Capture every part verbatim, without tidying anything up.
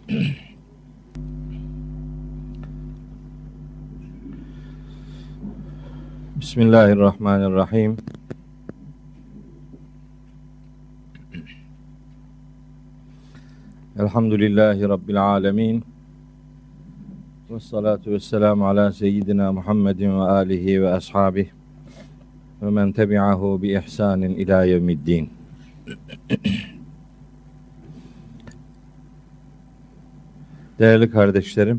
Bismillahirrahmanirrahim. Elhamdülillahi Rabbil alemin. Ve salatu ve selamu ala seyyidina Muhammedin ve alihi ve ashabihi ve men tebi'ahu bi ihsanin ila yevmiddin. Değerli kardeşlerim,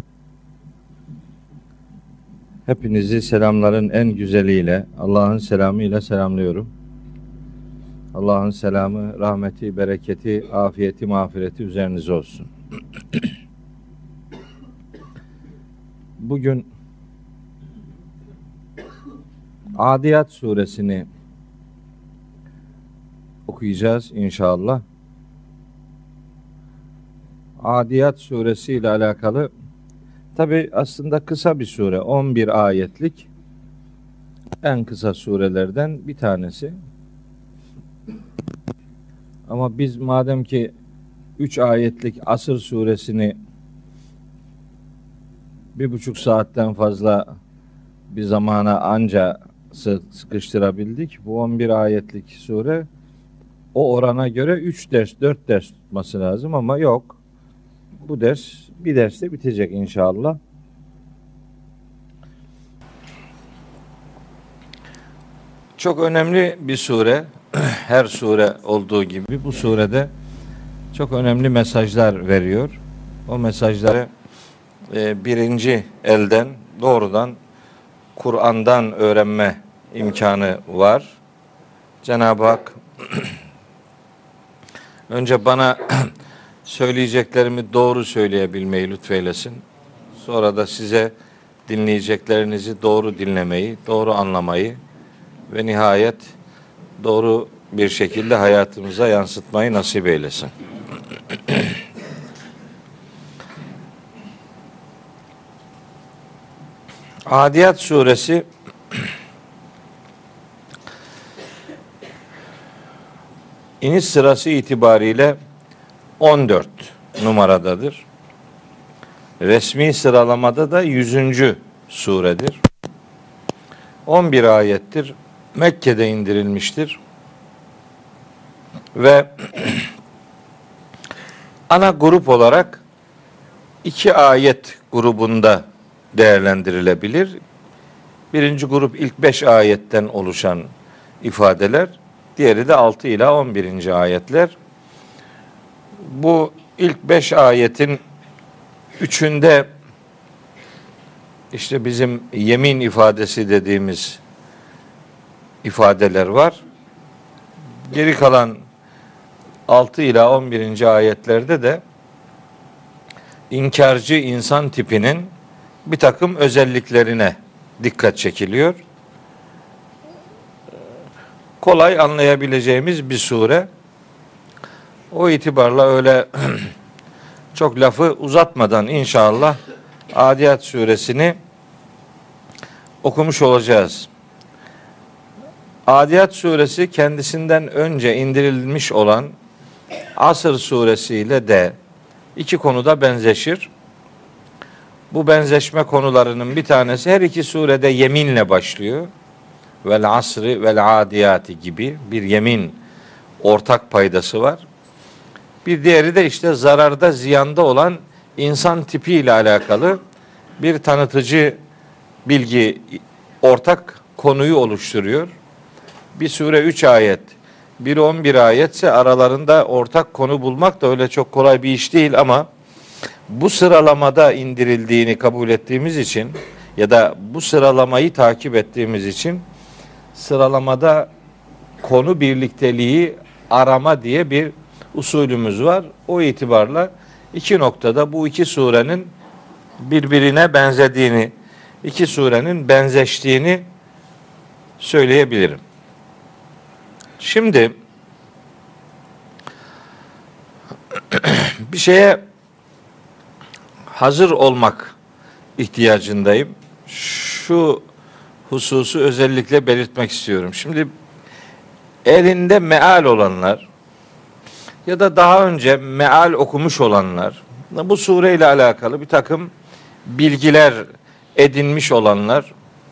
hepinizi selamların en güzeliyle, Allah'ın selamıyla selamlıyorum. Allah'ın selamı, rahmeti, bereketi, afiyeti, mağfireti üzerinize olsun. Bugün Adiyat suresini okuyacağız inşallah. Adiyat suresi ile alakalı, tabi aslında kısa bir sure, on bir ayetlik en kısa surelerden bir tanesi. Ama biz madem ki üç ayetlik Asr suresini bir buçuk saatten fazla bir zamana anca sıkıştırabildik. Bu on bir ayetlik sure o orana göre üç ders, dört ders tutması lazım ama yok. Bu ders bir derste bitecek inşallah. Çok önemli bir sure. Her sure olduğu gibi bu surede çok önemli mesajlar veriyor. O mesajları e, birinci elden doğrudan Kur'an'dan öğrenme imkanı var. Cenab-ı Hak önce bana söyleyeceklerimi doğru söyleyebilmeyi lütfeylesin. Sonra da size dinleyeceklerinizi doğru dinlemeyi, doğru anlamayı ve nihayet doğru bir şekilde hayatımıza yansıtmayı nasip eylesin. Adiyat suresi iniş sırası itibariyle on dört numaradadır. Resmi sıralamada da yüzüncü suredir. on bir ayettir. Mekke'de indirilmiştir. Ve ana grup olarak iki ayet grubunda değerlendirilebilir. Birinci grup ilk beş ayetten oluşan ifadeler, diğeri de altı ila on birinci ayetler. Bu ilk beş ayetin üçünde işte bizim yemin ifadesi dediğimiz ifadeler var. Geri kalan altı ila on birinci ayetlerde de inkarcı insan tipinin bir takım özelliklerine dikkat çekiliyor. Kolay anlayabileceğimiz bir sure. O itibarla öyle çok lafı uzatmadan inşallah Adiyat suresini okumuş olacağız. Adiyat suresi kendisinden önce indirilmiş olan Asr suresiyle de iki konuda benzeşir. Bu benzeşme konularının bir tanesi, her iki surede yeminle başlıyor. Vel asri vel adiyati gibi bir yemin ortak paydası var. Bir diğeri de işte zararda, ziyanda olan insan tipi ile alakalı bir tanıtıcı bilgi, ortak konuyu oluşturuyor. Bir sure üç ayet, biri on bir ayetse aralarında ortak konu bulmak da öyle çok kolay bir iş değil ama bu sıralamada indirildiğini kabul ettiğimiz için ya da bu sıralamayı takip ettiğimiz için sıralamada konu birlikteliği arama diye bir usulümüz var. O itibarla iki noktada bu iki surenin birbirine benzediğini, iki surenin benzeştiğini söyleyebilirim. Şimdi bir şeye hazır olmak ihtiyacındayım. Şu hususu özellikle belirtmek istiyorum. Şimdi elinde meal olanlar ya da daha önce meal okumuş olanlar, Bu sureyle alakalı bir takım bilgiler edinmiş olanlar,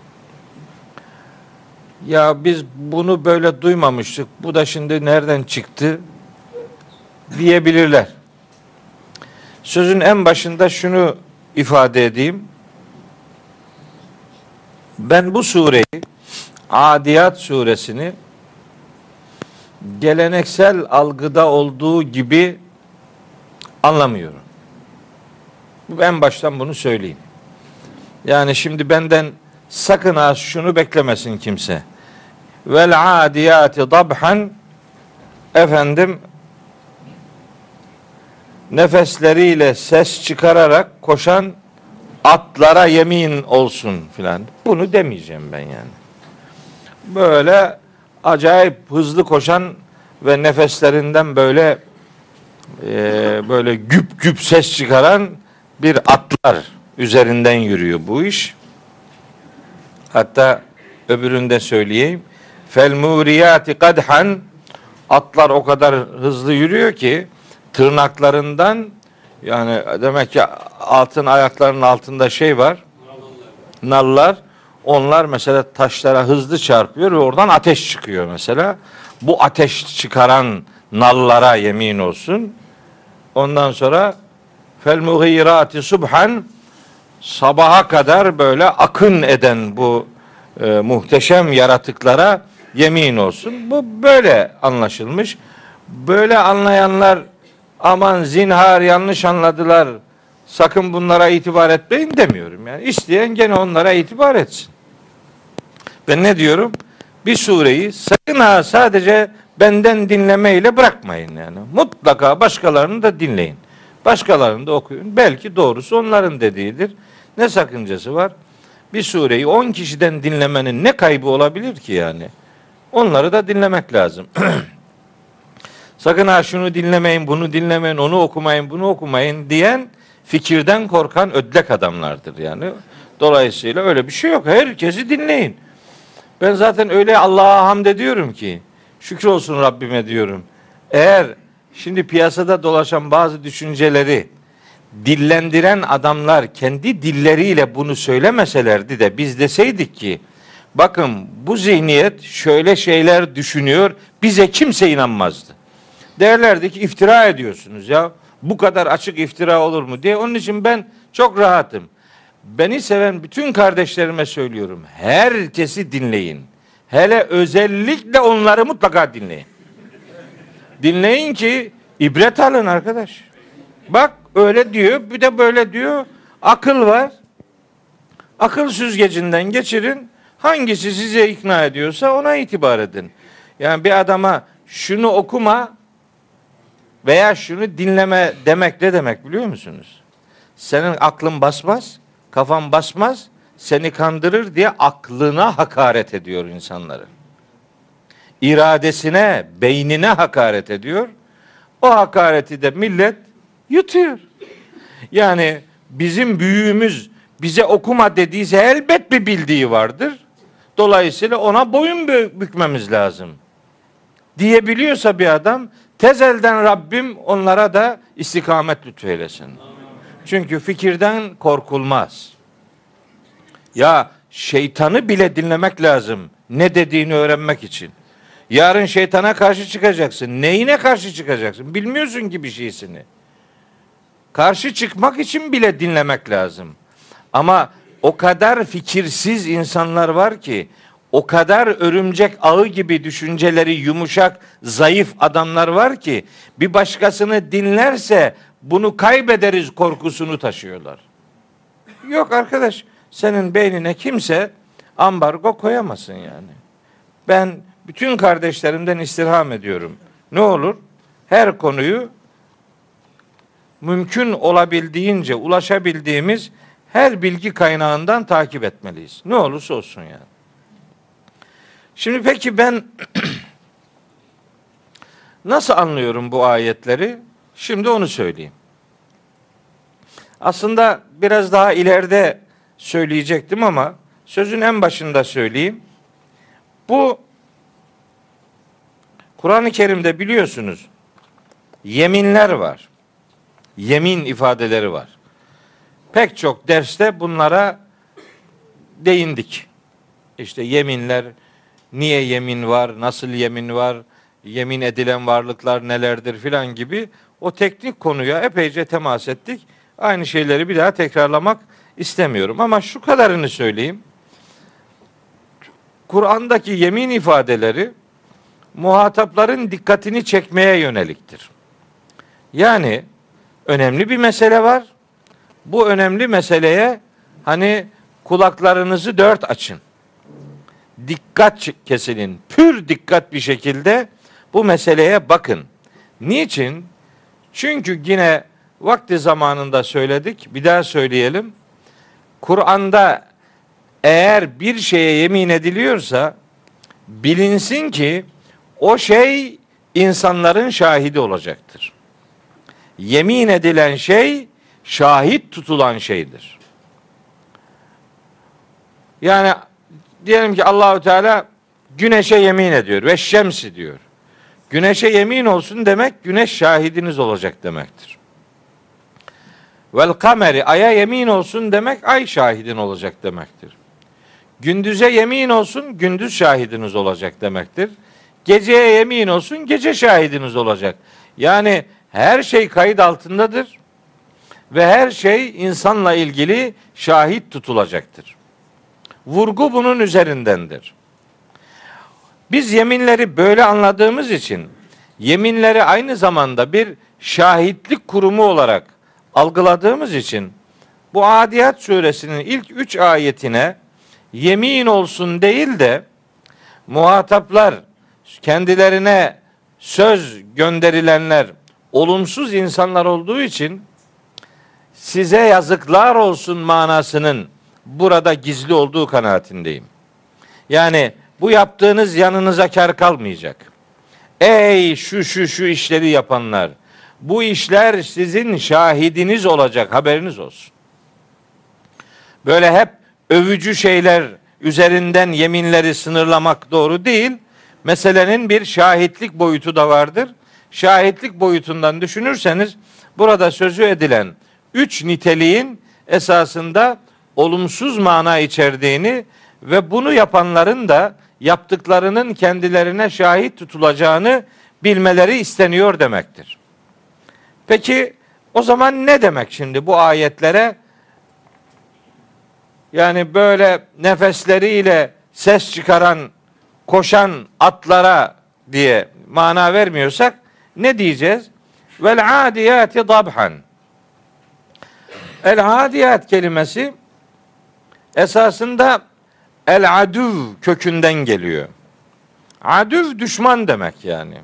ya biz bunu böyle duymamıştık, bu da şimdi nereden çıktı diyebilirler. Sözün en başında şunu ifade edeyim. Ben bu sureyi, Adiyat suresini geleneksel algıda olduğu gibi anlamıyorum. En baştan bunu söyleyeyim. Yani şimdi benden sakın ha şunu beklemesin kimse. Vel adiyati dabhan, efendim nefesleriyle ses çıkararak koşan atlara yemin olsun filan. Bunu demeyeceğim ben yani. Böyle acayip hızlı koşan ve nefeslerinden böyle e, böyle güp güp ses çıkaran bir atlar üzerinden yürüyor bu iş. Hatta öbürünü de söyleyeyim. Fel muriyati kadhan, atlar o kadar hızlı yürüyor ki tırnaklarından, yani demek ki altın ayaklarının altında şey var. Nallar. Onlar mesela taşlara hızlı çarpıyor ve oradan ateş çıkıyor mesela. Bu ateş çıkaran nallara yemin olsun. Ondan sonra fel mughirati subhan, sabaha kadar böyle akın eden bu e, muhteşem yaratıklara yemin olsun. Bu böyle anlaşılmış. Böyle anlayanlar aman zinhar yanlış anladılar, sakın bunlara itibar etmeyin demiyorum. Yani isteyen gene onlara itibar etsin. Ben ne diyorum? Bir sureyi sakın ha sadece benden dinlemeyle bırakmayın yani. Mutlaka başkalarını da dinleyin. Başkalarını da okuyun. Belki doğrusu onların dediğidir. Ne sakıncası var? Bir sureyi on kişiden dinlemenin ne kaybı olabilir ki yani? Onları da dinlemek lazım. Sakın ha şunu dinlemeyin, bunu dinlemeyin, onu okumayın, bunu okumayın diyen fikirden korkan ödlek adamlardır yani. Dolayısıyla öyle bir şey yok. Herkesi dinleyin. Ben zaten öyle Allah'a hamd ediyorum ki, şükür olsun Rabbime diyorum. Eğer şimdi piyasada dolaşan bazı düşünceleri dillendiren adamlar kendi dilleriyle bunu söylemeselerdi de biz deseydik ki bakın bu zihniyet şöyle şeyler düşünüyor, bize kimse inanmazdı. Derlerdi ki iftira ediyorsunuz ya, bu kadar açık iftira olur mu diye. Onun için ben çok rahatım. Beni seven bütün kardeşlerime söylüyorum. Herkesi dinleyin. Hele özellikle onları mutlaka dinleyin. Dinleyin ki ibret alın arkadaş. Bak öyle diyor, bir de böyle diyor. Akıl var. Akıl süzgecinden geçirin. Hangisi size ikna ediyorsa ona itibar edin. Yani bir adama şunu okuma veya şunu dinleme demek ne demek biliyor musunuz? Senin aklın basmaz, kafan basmaz, seni kandırır diye aklına hakaret ediyor insanların. İradesine, beynine hakaret ediyor. O hakareti de millet yutuyor. Yani bizim büyüğümüz bize okuma dediyse elbet bir bildiği vardır. Dolayısıyla ona boyun bükmemiz lazım diyebiliyorsa bir adam, tezelden Rabbim onlara da istikamet lütfeylesin. Çünkü fikirden korkulmaz. Ya şeytanı bile dinlemek lazım ne dediğini öğrenmek için. Yarın şeytana karşı çıkacaksın. Neyine karşı çıkacaksın? Bilmiyorsun ki bir şeysini. Karşı çıkmak için bile dinlemek lazım. Ama o kadar fikirsiz insanlar var ki, o kadar örümcek ağı gibi düşünceleri yumuşak, zayıf adamlar var ki, bir başkasını dinlerse bunu kaybederiz korkusunu taşıyorlar. Yok arkadaş, senin beynine kimse ambargo koyamasın yani. Ben bütün kardeşlerimden istirham ediyorum. Ne olur? Her konuyu mümkün olabildiğince ulaşabildiğimiz her bilgi kaynağından takip etmeliyiz. Ne olursa olsun yani. Şimdi peki ben nasıl anlıyorum bu ayetleri? Şimdi onu söyleyeyim. Aslında biraz daha ileride söyleyecektim ama sözün en başında söyleyeyim. Bu Kur'an-ı Kerim'de biliyorsunuz yeminler var. yemin ifadeleri var. Pek çok derste bunlara değindik. İşte yeminler, niye yemin var, nasıl yemin var, yemin edilen varlıklar nelerdir filan gibi o teknik konuya epeyce temas ettik. Aynı şeyleri bir daha tekrarlamak istemiyorum ama şu kadarını söyleyeyim. Kur'an'daki yemin ifadeleri muhatapların dikkatini çekmeye yöneliktir. Yani önemli bir mesele var. Bu önemli meseleye hani kulaklarınızı dört açın. Dikkat kesilin. Pür dikkat bir şekilde bu meseleye bakın. Niçin? Çünkü yine vakti zamanında söyledik. Bir daha söyleyelim. Kur'an'da eğer bir şeye yemin ediliyorsa bilinsin ki o şey insanların şahidi olacaktır. Yemin edilen şey şahit tutulan şeydir. Yani diyelim ki Allahu Teala güneşe yemin ediyor ve şemsi diyor. Güneşe yemin olsun demek güneş şahidiniz olacak demektir. Vel kameri aya yemin olsun demek ay şahidin olacak demektir. Gündüze yemin olsun gündüz şahidiniz olacak demektir. Geceye yemin olsun gece şahidiniz olacak. Yani her şey kayıt altındadır ve her şey insanla ilgili şahit tutulacaktır. Vurgu bunun üzerindendir. Biz yeminleri böyle anladığımız için yeminleri aynı zamanda bir şahitlik kurumu olarak algıladığımız için bu Adiyat suresinin ilk üç ayetine yemin olsun değil de muhataplar kendilerine söz gönderilenler olumsuz insanlar olduğu için size yazıklar olsun manasının burada gizli olduğu kanaatindeyim. Yani bu yaptığınız yanınıza kar kalmayacak. Ey şu şu şu işleri yapanlar, bu işler sizin şahidiniz olacak, haberiniz olsun. Böyle hep övücü şeyler üzerinden yeminleri sınırlamak doğru değil. Meselenin bir şahitlik boyutu da vardır. Şahitlik boyutundan düşünürseniz burada sözü edilen üç niteliğin esasında olumsuz mana içerdiğini ve bunu yapanların da yaptıklarının kendilerine şahit tutulacağını bilmeleri isteniyor demektir. Peki o zaman ne demek şimdi bu ayetlere? Yani böyle nefesleriyle ses çıkaran, koşan atlara diye mana vermiyorsak ne diyeceğiz? Vel adiyati dabhan. El adiyat kelimesi esasında el adüv kökünden geliyor. Adüv düşman demek yani.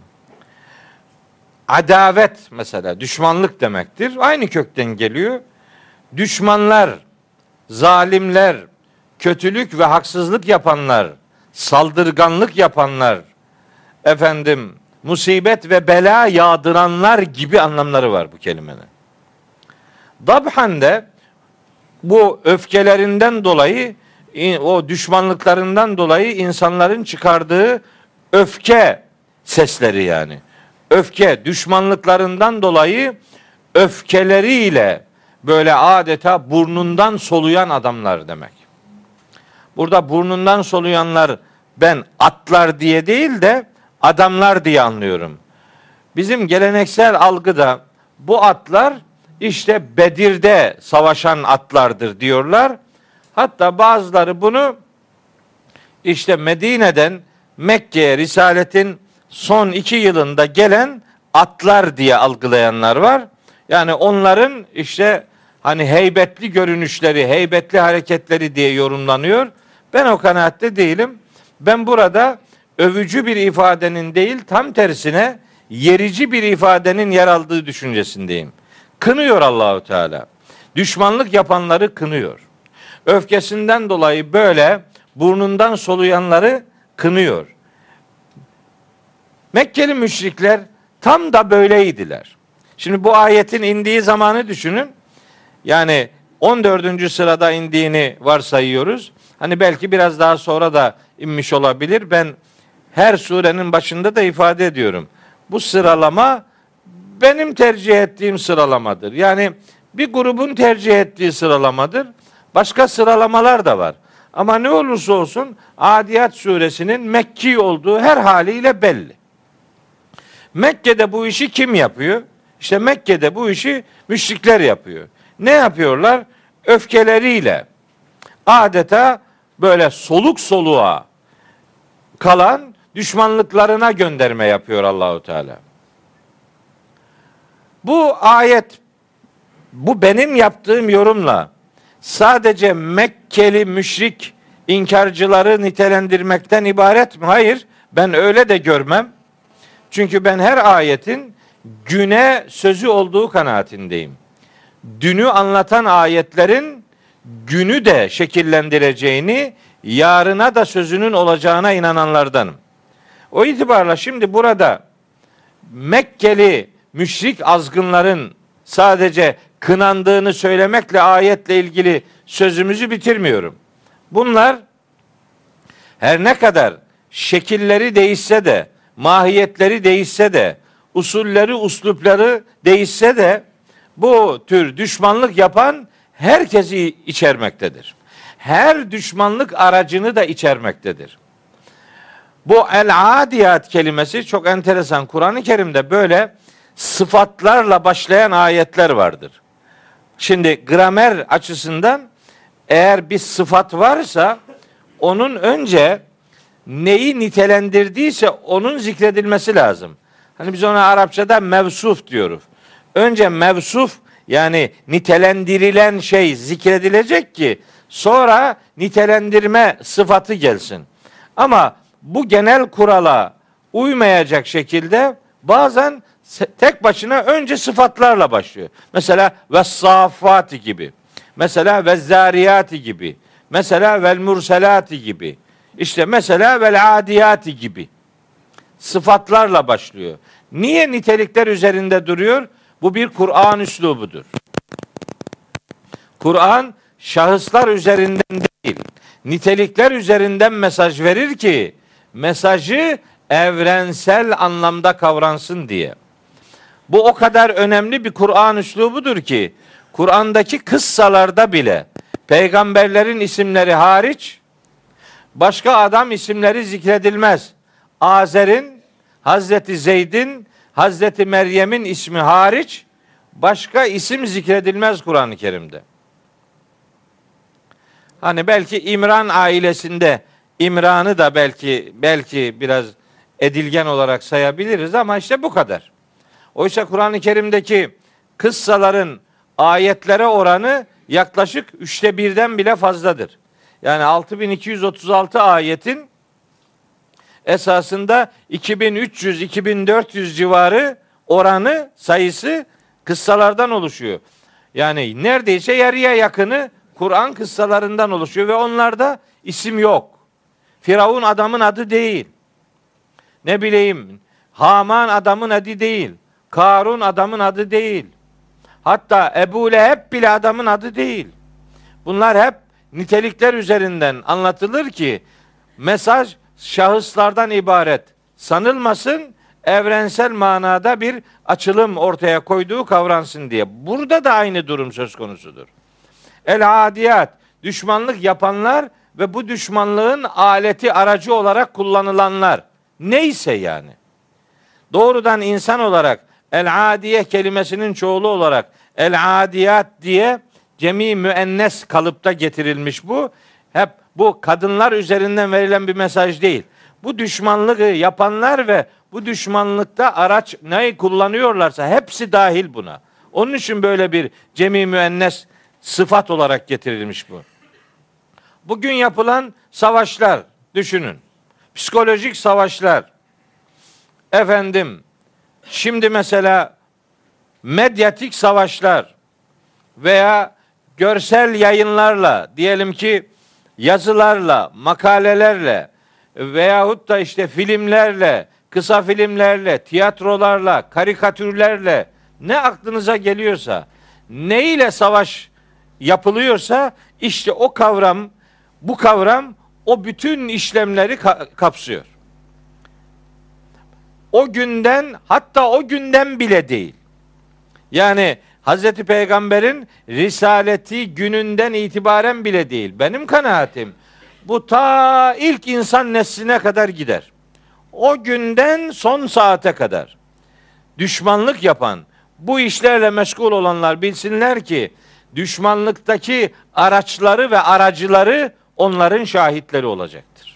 Adavet mesela düşmanlık demektir. Aynı kökten geliyor. Düşmanlar, zalimler, kötülük ve haksızlık yapanlar, saldırganlık yapanlar, efendim musibet ve bela yağdıranlar gibi anlamları var bu kelimenin. Dabhan de bu öfkelerinden dolayı, o düşmanlıklarından dolayı insanların çıkardığı öfke sesleri yani. Öfke, düşmanlıklarından dolayı öfkeleriyle böyle adeta burnundan soluyan adamlar demek. Burada burnundan soluyanlar ben atlar diye değil de adamlar diye anlıyorum. Bizim geleneksel algıda bu atlar işte Bedir'de savaşan atlardır diyorlar. Hatta bazıları bunu işte Medine'den Mekke'ye Risaletin son iki yılında gelen atlar diye algılayanlar var. Yani onların işte hani heybetli görünüşleri, heybetli hareketleri diye yorumlanıyor. Ben o kanaatte değilim. Ben burada övücü bir ifadenin değil, tam tersine yerici bir ifadenin yer aldığı düşüncesindeyim. Kınıyor Allahu Teala. Düşmanlık yapanları kınıyor. Öfkesinden dolayı böyle burnundan soluyanları kınıyor. Mekkeli müşrikler tam da böyleydiler. Şimdi bu ayetin indiği zamanı düşünün. Yani on dördüncü sırada indiğini varsayıyoruz. Hani belki biraz daha sonra da inmiş olabilir. Ben her surenin başında da ifade ediyorum. Bu sıralama benim tercih ettiğim sıralamadır. Yani bir grubun tercih ettiği sıralamadır. Başka sıralamalar da var. Ama ne olursa olsun Adiyat suresinin Mekki olduğu her haliyle belli. Mekke'de bu işi kim yapıyor? İşte Mekke'de bu işi müşrikler yapıyor. Ne yapıyorlar? Öfkeleriyle adeta böyle soluk soluğa kalan düşmanlıklarına gönderme yapıyor Allahu Teala. Bu ayet, bu benim yaptığım yorumla sadece Mekkeli müşrik inkarcıları nitelendirmekten ibaret mi? Hayır, ben öyle de görmem. Çünkü ben her ayetin güne sözü olduğu kanaatindeyim. Dünü anlatan ayetlerin günü de şekillendireceğini, yarına da sözünün olacağına inananlardanım. O itibarla şimdi burada Mekkeli müşrik azgınların sadece kınandığını söylemekle ayetle ilgili sözümüzü bitirmiyorum. Bunlar her ne kadar şekilleri değişse de, mahiyetleri değişse de, usulleri, uslupları değişse de bu tür düşmanlık yapan herkesi içermektedir. Her düşmanlık aracını da içermektedir. Bu el-adiyat kelimesi çok enteresan. Kur'an-ı Kerim'de böyle sıfatlarla başlayan ayetler vardır. Şimdi gramer açısından eğer bir sıfat varsa onun önce neyi nitelendirdiyse onun zikredilmesi lazım. Hani biz ona Arapçada mevsuf diyoruz. Önce mevsuf yani nitelendirilen şey zikredilecek ki sonra nitelendirme sıfatı gelsin. Ama bu genel kurala uymayacak şekilde bazen tek başına önce sıfatlarla başlıyor. Mesela ve safati gibi. Mesela ve zariyati gibi. Mesela vel murselati gibi. İşte mesela vel adiyati gibi. Sıfatlarla başlıyor. Niye nitelikler üzerinde duruyor? Bu bir Kur'an üslubudur. Kur'an şahıslar üzerinden değil, nitelikler üzerinden mesaj verir ki mesajı evrensel anlamda kavransın diye. Bu o kadar önemli bir Kur'an üslubudur ki Kur'an'daki kıssalarda bile peygamberlerin isimleri hariç başka adam isimleri zikredilmez. Azer'in, Hazreti Zeyd'in, Hazreti Meryem'in ismi hariç başka isim zikredilmez Kur'an-ı Kerim'de. Hani belki İmran ailesinde İmran'ı da belki belki biraz edilgen olarak sayabiliriz ama işte bu kadar. Oysa Kur'an-ı Kerim'deki kıssaların ayetlere oranı yaklaşık üçte birden bile fazladır. Yani altı bin iki yüz otuz altı ayetin esasında iki bin üç yüz iki bin dört yüz civarı oranı sayısı kıssalardan oluşuyor. Yani neredeyse yarıya yakını Kur'an kıssalarından oluşuyor ve onlarda isim yok. Firavun adamın adı değil. Ne bileyim Haman adamın adı değil. Karun adamın adı değil. Hatta Ebu Leheb bile adamın adı değil. Bunlar hep nitelikler üzerinden anlatılır ki mesaj şahıslardan ibaret sanılmasın, evrensel manada bir açılım ortaya koyduğu kavransın diye. Burada da aynı durum söz konusudur. El-adiyat, düşmanlık yapanlar ve bu düşmanlığın aleti aracı olarak kullanılanlar. Neyse yani. Doğrudan insan olarak el-adiye kelimesinin çoğulu olarak el-adiyat diye cemi müennes kalıpta getirilmiş bu. Hep bu kadınlar üzerinden verilen bir mesaj değil. Bu düşmanlığı yapanlar ve bu düşmanlıkta araç neyi kullanıyorlarsa hepsi dahil buna. Onun için böyle bir cemi müennes sıfat olarak getirilmiş bu. Bugün yapılan savaşlar düşünün. Psikolojik savaşlar. Efendim şimdi mesela medyatik savaşlar veya görsel yayınlarla diyelim ki yazılarla, makalelerle veyahut da işte filmlerle, kısa filmlerle, tiyatrolarla, karikatürlerle ne aklınıza geliyorsa, ne ile savaş yapılıyorsa işte o kavram, bu kavram o bütün işlemleri ka- kapsıyor. O günden hatta o günden bile değil. Yani Hazreti Peygamber'in risaleti gününden itibaren bile değil. Benim kanaatim bu ta ilk insan nesline kadar gider. O günden son saate kadar düşmanlık yapan, bu işlerle meşgul olanlar bilsinler ki düşmanlıktaki araçları ve aracıları onların şahitleri olacaktır.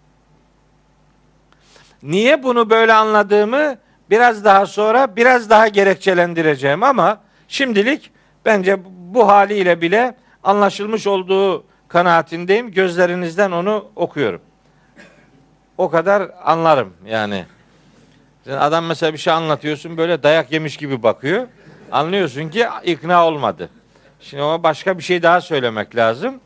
Niye bunu böyle anladığımı biraz daha sonra biraz daha gerekçelendireceğim ama şimdilik bence bu haliyle bile anlaşılmış olduğu kanaatindeyim. Gözlerinizden onu okuyorum. O kadar anlarım yani. Adam mesela bir şey anlatıyorsun böyle dayak yemiş gibi bakıyor. Anlıyorsun ki ikna olmadı. Şimdi ona başka bir şey daha söylemek lazım.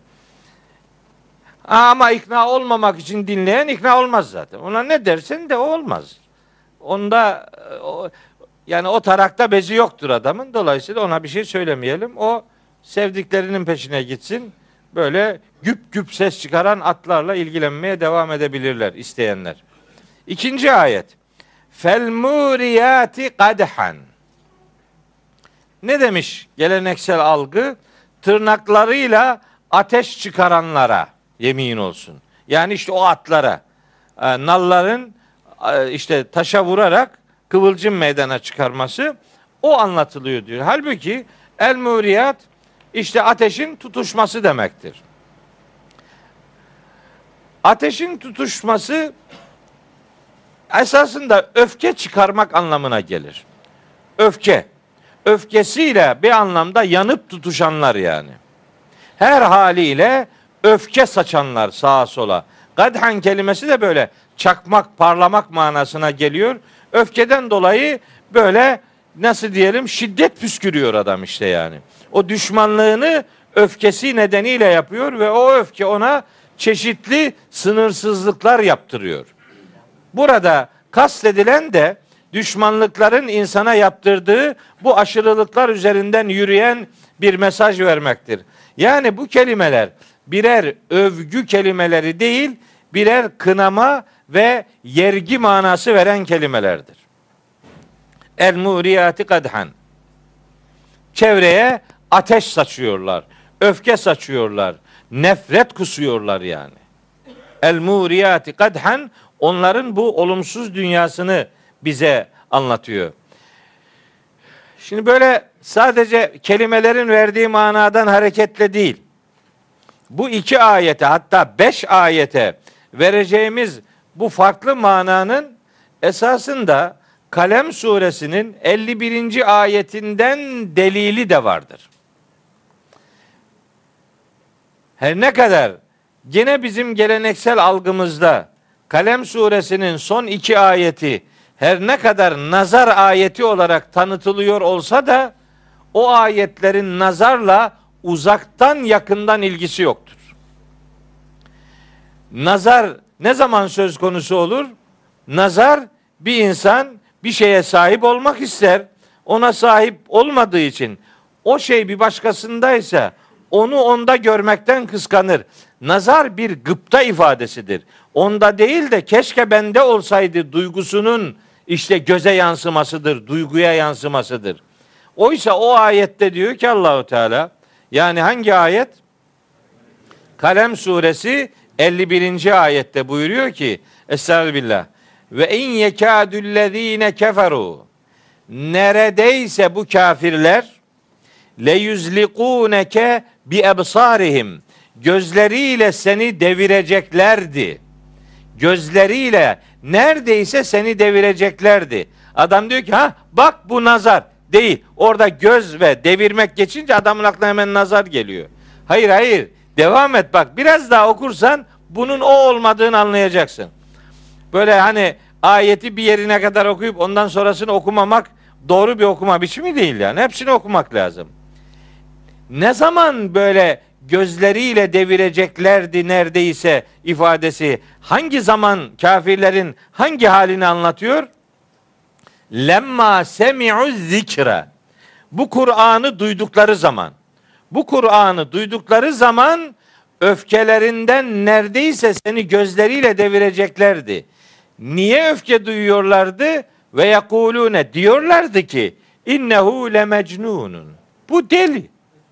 Ama ikna olmamak için dinleyen ikna olmaz zaten. Ona ne dersen de o olmaz. Onda o, yani o tarakta bezi yoktur adamın. Dolayısıyla ona bir şey söylemeyelim. O sevdiklerinin peşine gitsin. Böyle güp güp ses çıkaran atlarla ilgilenmeye devam edebilirler isteyenler. İkinci ayet. Fel muriyati kadhan. Ne demiş geleneksel algı? Tırnaklarıyla ateş çıkaranlara yemin olsun. Yani işte o atlara, nalların işte taşa vurarak kıvılcım meydana çıkarması o anlatılıyor diyor. Halbuki el muriyat işte ateşin tutuşması demektir. Ateşin tutuşması esasında öfke çıkarmak anlamına gelir. Öfke. Öfkesiyle bir anlamda yanıp tutuşanlar yani. Her haliyle öfke saçanlar sağa sola. Gadhan kelimesi de böyle çakmak, parlamak manasına geliyor. Öfkeden dolayı böyle nasıl diyelim şiddet püskürüyor adam işte yani. O düşmanlığını öfkesi nedeniyle yapıyor ve o öfke ona çeşitli sınırsızlıklar yaptırıyor. Burada kastedilen de düşmanlıkların insana yaptırdığı bu aşırılıklar üzerinden yürüyen bir mesaj vermektir. Yani bu kelimeler birer övgü kelimeleri değil, birer kınama ve yergi manası veren kelimelerdir. El muriyati kadhan. Çevreye ateş saçıyorlar, öfke saçıyorlar, nefret kusuyorlar yani. El muriyati kadhan onların bu olumsuz dünyasını bize anlatıyor. Şimdi böyle sadece kelimelerin verdiği manadan hareketle değil, bu iki ayete hatta beş ayete vereceğimiz bu farklı mananın esasında Kalem suresinin elli birinci ayetinden delili de vardır. Her ne kadar gene bizim geleneksel algımızda Kalem suresinin son iki ayeti her ne kadar nazar ayeti olarak tanıtılıyor olsa da o ayetlerin nazarla uzaktan yakından ilgisi yoktur. Nazar ne zaman söz konusu olur? Nazar bir insan bir şeye sahip olmak ister. Ona sahip olmadığı için o şey bir başkasındaysa onu onda görmekten kıskanır. Nazar bir gıpta ifadesidir. Onda değil de keşke bende olsaydı duygusunun işte göze yansımasıdır, duyguya yansımasıdır. Oysa o ayette diyor ki Allahu Teala, yani hangi ayet? Kalem suresi elli birinci ayette buyuruyor ki Estağfirullah. Ve in yekâdüllezîne keferu. Neredeyse bu kafirler le yüzlikûneke bi ebsarihim. Gözleriyle seni devireceklerdi. Gözleriyle neredeyse seni devireceklerdi. Adam diyor ki ha bak bu nazar değil. Orada göz ve devirmek geçince adamın aklına hemen nazar geliyor. Hayır hayır devam et bak biraz daha okursan bunun o olmadığını anlayacaksın. Böyle hani ayeti bir yerine kadar okuyup ondan sonrasını okumamak doğru bir okuma biçimi değil yani. Hepsini okumak lazım. Ne zaman böyle gözleriyle devireceklerdi neredeyse ifadesi hangi zaman kafirlerin hangi halini anlatıyor? Lemma semi'u zikra. Bu Kur'an'ı duydukları zaman, bu Kur'an'ı duydukları zaman öfkelerinden neredeyse seni gözleriyle devireceklerdi. Niye öfke duyuyorlardı? Ve yekulune diyorlardı ki İnnehu lemecnunun. Bu deli.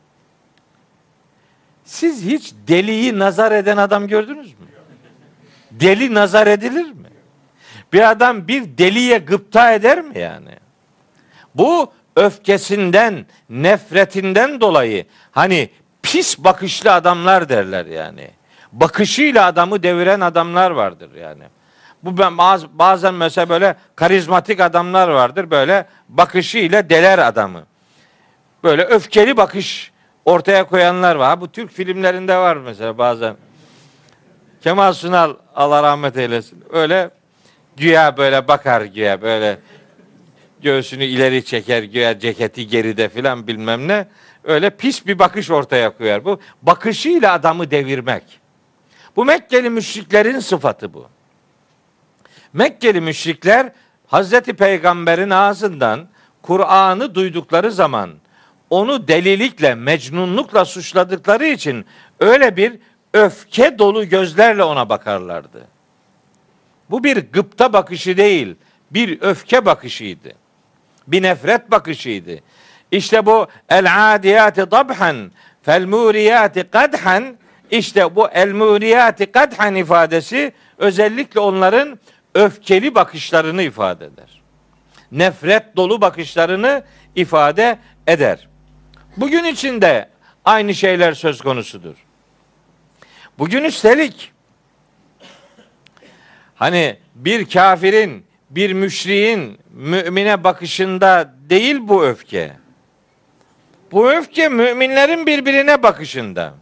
Siz hiç deliyi nazar eden adam gördünüz mü? Deli nazar edilir mi? Bir adam bir deliye gıpta eder mi yani? Bu öfkesinden, nefretinden dolayı hani pis bakışlı adamlar derler yani. Bakışıyla adamı deviren adamlar vardır yani. Bu ben bazen mesela böyle karizmatik adamlar vardır, böyle bakışıyla deler adamı. Böyle öfkeli bakış ortaya koyanlar var. Bu Türk filmlerinde var mesela bazen. Kemal Sunal, Allah rahmet eylesin, öyle güya böyle bakar, güya böyle göğsünü ileri çeker, güya ceketi geride filan bilmem ne. Öyle pis bir bakış ortaya koyar. Bu bakışıyla adamı devirmek. Bu Mekkeli müşriklerin sıfatı bu. Mekkeli müşrikler Hazreti Peygamber'in ağzından Kur'an'ı duydukları zaman onu delilikle, mecnunlukla suçladıkları için öyle bir öfke dolu gözlerle ona bakarlardı. Bu bir gıpta bakışı değil, bir öfke bakışıydı. Bir nefret bakışıydı. İşte bu el-adiyati dabhan fel-muriyati kadhan, işte bu el-muriyati kadhan ifadesi özellikle onların öfkeli bakışlarını ifade eder. Nefret dolu bakışlarını ifade eder. Bugün için de aynı şeyler söz konusudur. Bugün üstelik hani bir kafirin, bir müşriğin mümine bakışında değil bu öfke. Bu öfke müminlerin birbirine bakışında.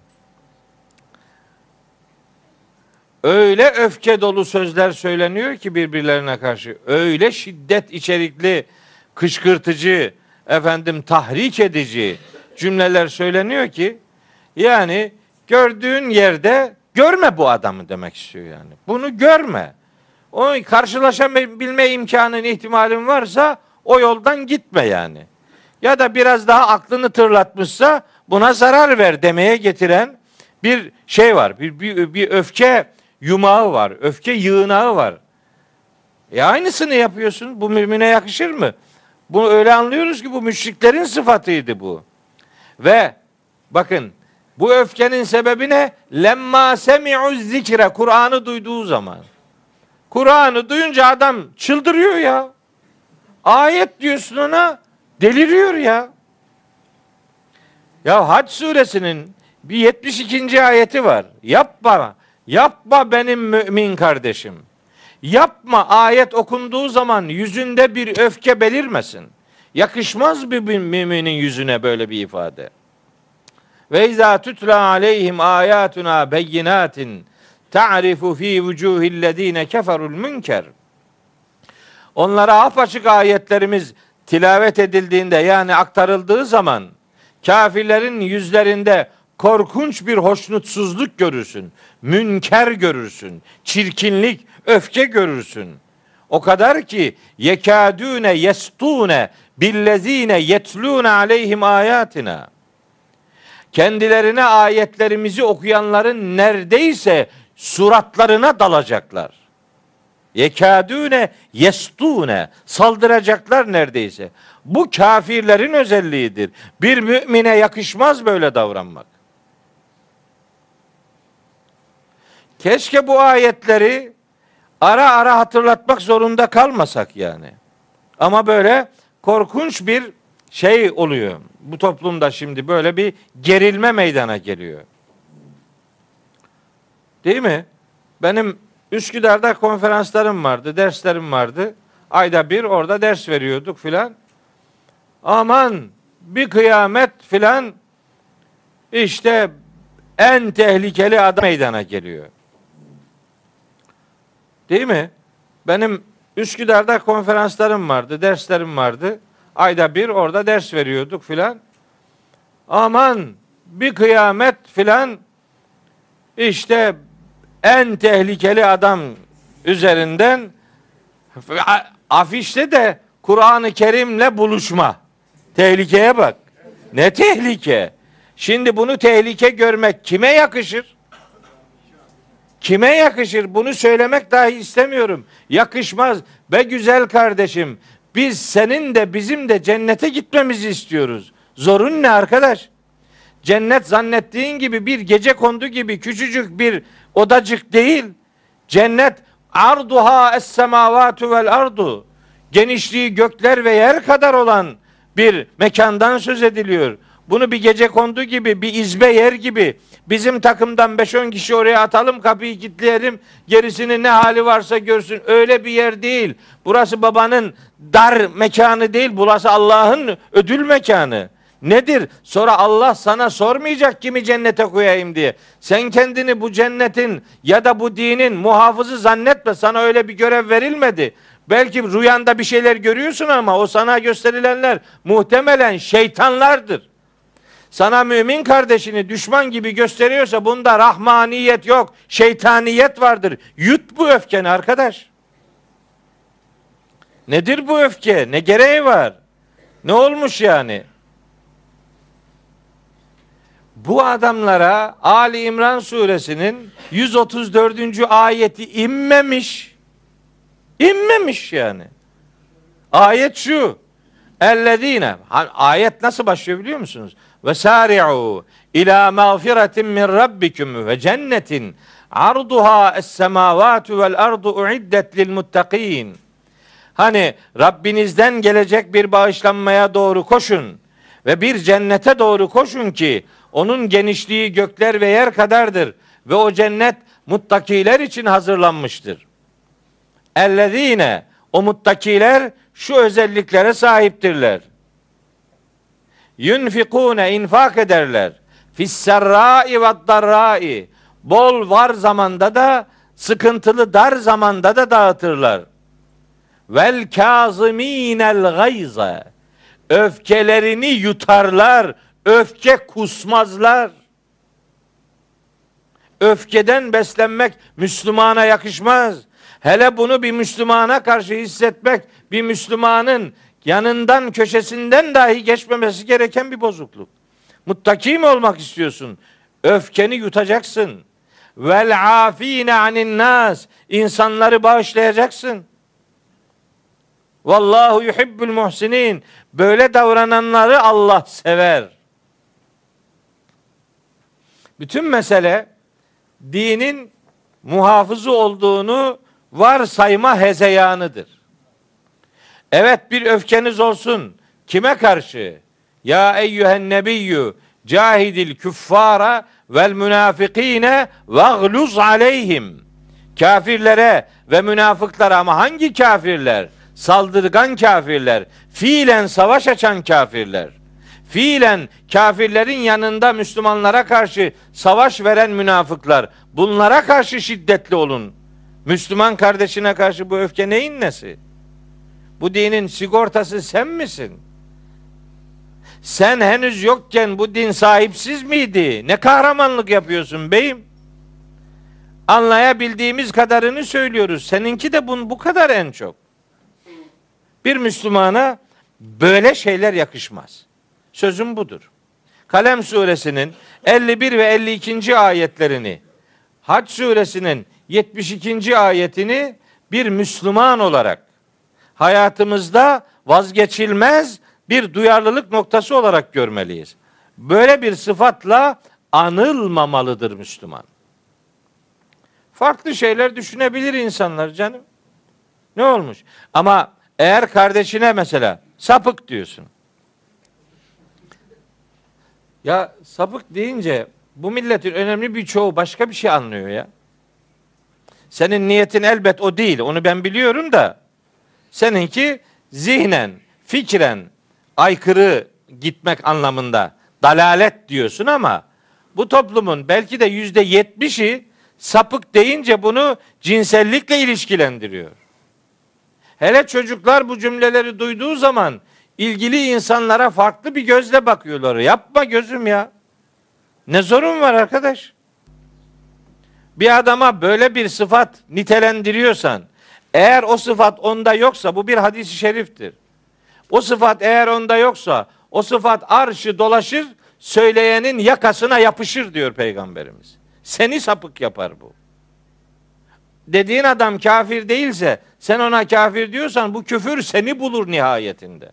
Öyle öfke dolu sözler söyleniyor ki birbirlerine karşı. Öyle şiddet içerikli, kışkırtıcı, efendim tahrik edici cümleler söyleniyor ki yani gördüğün yerde görme bu adamı demek istiyor yani. Bunu görme. O karşılaşabilme imkanın, ihtimalin varsa o yoldan gitme yani. Ya da biraz daha aklını tırlatmışsa buna zarar ver demeye getiren bir şey var. Bir, bir, bir öfke yumağı var. Öfke yığınağı var. E aynısını yapıyorsun. Bu mümine yakışır mı? Bunu öyle anlıyoruz ki bu müşriklerin sıfatıydı bu. Ve bakın bu öfkenin sebebi ne? Lemma semi'u zikre, Kur'an'ı duyduğu zaman. Kur'an'ı duyunca adam çıldırıyor ya. Ayet diyorsun ona, deliriyor ya. Ya Hac suresinin bir yetmiş ikinci ayeti var. Yapma, yapma benim mümin kardeşim. Yapma, ayet okunduğu zaman yüzünde bir öfke belirmesin. Yakışmaz bir müminin yüzüne böyle bir ifade. Ve izâ tutla aleyhim âyâtunâ beyinâtin ta'rifu fî vücûhillezîne keferul münker. Onlara apaçık ayetlerimiz tilavet edildiğinde, yani aktarıldığı zaman kafirlerin yüzlerinde korkunç bir hoşnutsuzluk görürsün. Münker görürsün. Çirkinlik, öfke görürsün. O kadar ki yekâdûne yestûne billezîne yetlûne aleyhim âyâtina. Kendilerine ayetlerimizi okuyanların neredeyse suratlarına dalacaklar. Yekâdûne yestûne, saldıracaklar neredeyse. Bu kafirlerin özelliğidir. Bir mümine yakışmaz böyle davranmak. Keşke bu ayetleri ara ara hatırlatmak zorunda kalmasak yani. Ama böyle korkunç bir şey oluyor. Bu toplumda şimdi böyle bir gerilme meydana geliyor. Değil mi? Benim Üsküdar'da konferanslarım vardı, derslerim vardı. Ayda bir orada ders veriyorduk filan. Aman bir kıyamet filan, işte en tehlikeli adam meydana geliyor. Değil mi? Benim Üsküdar'da konferanslarım vardı, derslerim vardı. Ayda bir orada ders veriyorduk filan. Aman bir kıyamet filan, işte en tehlikeli adam üzerinden afişte de Kur'an-ı Kerim'le buluşma. Tehlikeye bak. Ne tehlike? Şimdi bunu tehlike görmek kime yakışır? Kime yakışır? Bunu söylemek dahi istemiyorum. Yakışmaz. Be güzel kardeşim, Biz senin de bizim de cennete gitmemizi istiyoruz. Zorun ne arkadaş? Cennet zannettiğin gibi bir gecekondu gibi küçücük bir odacık değil. Cennet arduha es-semavatu vel ardu. Genişliği gökler ve yer kadar olan bir mekandan söz ediliyor. Bunu bir gecekondu gibi, bir izbe yer gibi bizim takımdan beş on kişi oraya atalım, kapıyı kilitleyelim, gerisini ne hali varsa görsün. Öyle bir yer değil. Burası babanın dar mekanı değil. Burası Allah'ın ödül mekanı. Nedir? Sonra Allah sana sormayacak kimi cennete koyayım diye. Sen kendini bu cennetin ya da bu dinin muhafızı zannetme. Sana öyle bir görev verilmedi. Belki rüyanda bir şeyler görüyorsun ama o sana gösterilenler muhtemelen şeytanlardır. Sana mümin kardeşini düşman gibi gösteriyorsa bunda rahmaniyet yok, şeytaniyet vardır. Yut bu öfkeni arkadaş. Nedir bu öfke? Ne gereği var? Ne olmuş yani? Bu adamlara Ali İmran suresinin yüz otuz dördüncü ayeti inmemiş. İnmemiş yani. Ayet şu. Ellezine. Ayet nasıl başlıyor biliyor musunuz? Ve sari'u ila mağfiretin min rabbikum ve cennetin arduha es-semavatu vel ardu uiddet lil muttaqin. Hani Rabbinizden gelecek bir bağışlanmaya doğru koşun ve bir cennete doğru koşun ki onun genişliği gökler ve yer kadardır ve o cennet muttakiler için hazırlanmıştır. Ellezine, o muttakiler şu özelliklere sahiptirler. Yunfikune, infak ederler. Fisserrai ve darrai, bol var zamanda da sıkıntılı dar zamanda da dağıtırlar. Vel kazimînel gayza, öfkelerini yutarlar, öfke kusmazlar. Öfkeden beslenmek Müslümana yakışmaz. Hele bunu bir Müslümana karşı hissetmek, bir Müslümanın yanından, köşesinden dahi geçmemesi gereken bir bozukluk. Muttaki mi olmak istiyorsun? Öfkeni yutacaksın. Vel afine anin nas, insanları bağışlayacaksın. Vallahu yuhibbul muhsinin, böyle davrananları Allah sever. Bütün mesele dinin muhafızı olduğunu varsayma hezeyanıdır. Evet, bir öfkeniz olsun. Kime karşı? Ya eyyühen nebiyyü cahidil küffara vel münafikine vegluz aleyhim. Kafirlere ve münafıklara, ama hangi kafirler? Saldırgan kafirler, fiilen savaş açan kafirler, fiilen kafirlerin yanında Müslümanlara karşı savaş veren münafıklar, bunlara karşı şiddetli olun. Müslüman kardeşine karşı bu öfke neyin nesi? Bu dinin sigortası sen misin? Sen henüz yokken bu din sahipsiz miydi? Ne kahramanlık yapıyorsun beyim? Anlayabildiğimiz kadarını söylüyoruz. Seninki de bu, bu kadar en çok. Bir Müslümana böyle şeyler yakışmaz. Sözüm budur. Kalem suresinin elli bir ve elli ikinci ayetlerini, Hac suresinin yetmiş ikinci ayetini bir Müslüman olarak hayatımızda vazgeçilmez bir duyarlılık noktası olarak görmeliyiz. Böyle bir sıfatla anılmamalıdır Müslüman. Farklı şeyler düşünebilir insanlar canım. Ne olmuş? Ama eğer kardeşine mesela sapık diyorsun. Ya sapık deyince bu milletin önemli bir çoğu başka bir şey anlıyor ya. Senin niyetin elbet o değil. Onu ben biliyorum da. Seninki zihnen, fikren aykırı gitmek anlamında dalalet diyorsun ama bu toplumun belki de yüzde yetmişi sapık deyince bunu cinsellikle ilişkilendiriyor. Hele çocuklar bu cümleleri duyduğu zaman ilgili insanlara farklı bir gözle bakıyorlar. Yapma gözüm ya. Ne zorun var arkadaş? Bir adama böyle bir sıfat nitelendiriyorsan, eğer o sıfat onda yoksa bu bir hadis-i şeriftir. O sıfat eğer onda yoksa o sıfat arşı dolaşır, söyleyenin yakasına yapışır diyor Peygamberimiz. Seni sapık yapar bu. dediğin adam kafir değilse, sen ona kafir diyorsan bu küfür seni bulur nihayetinde.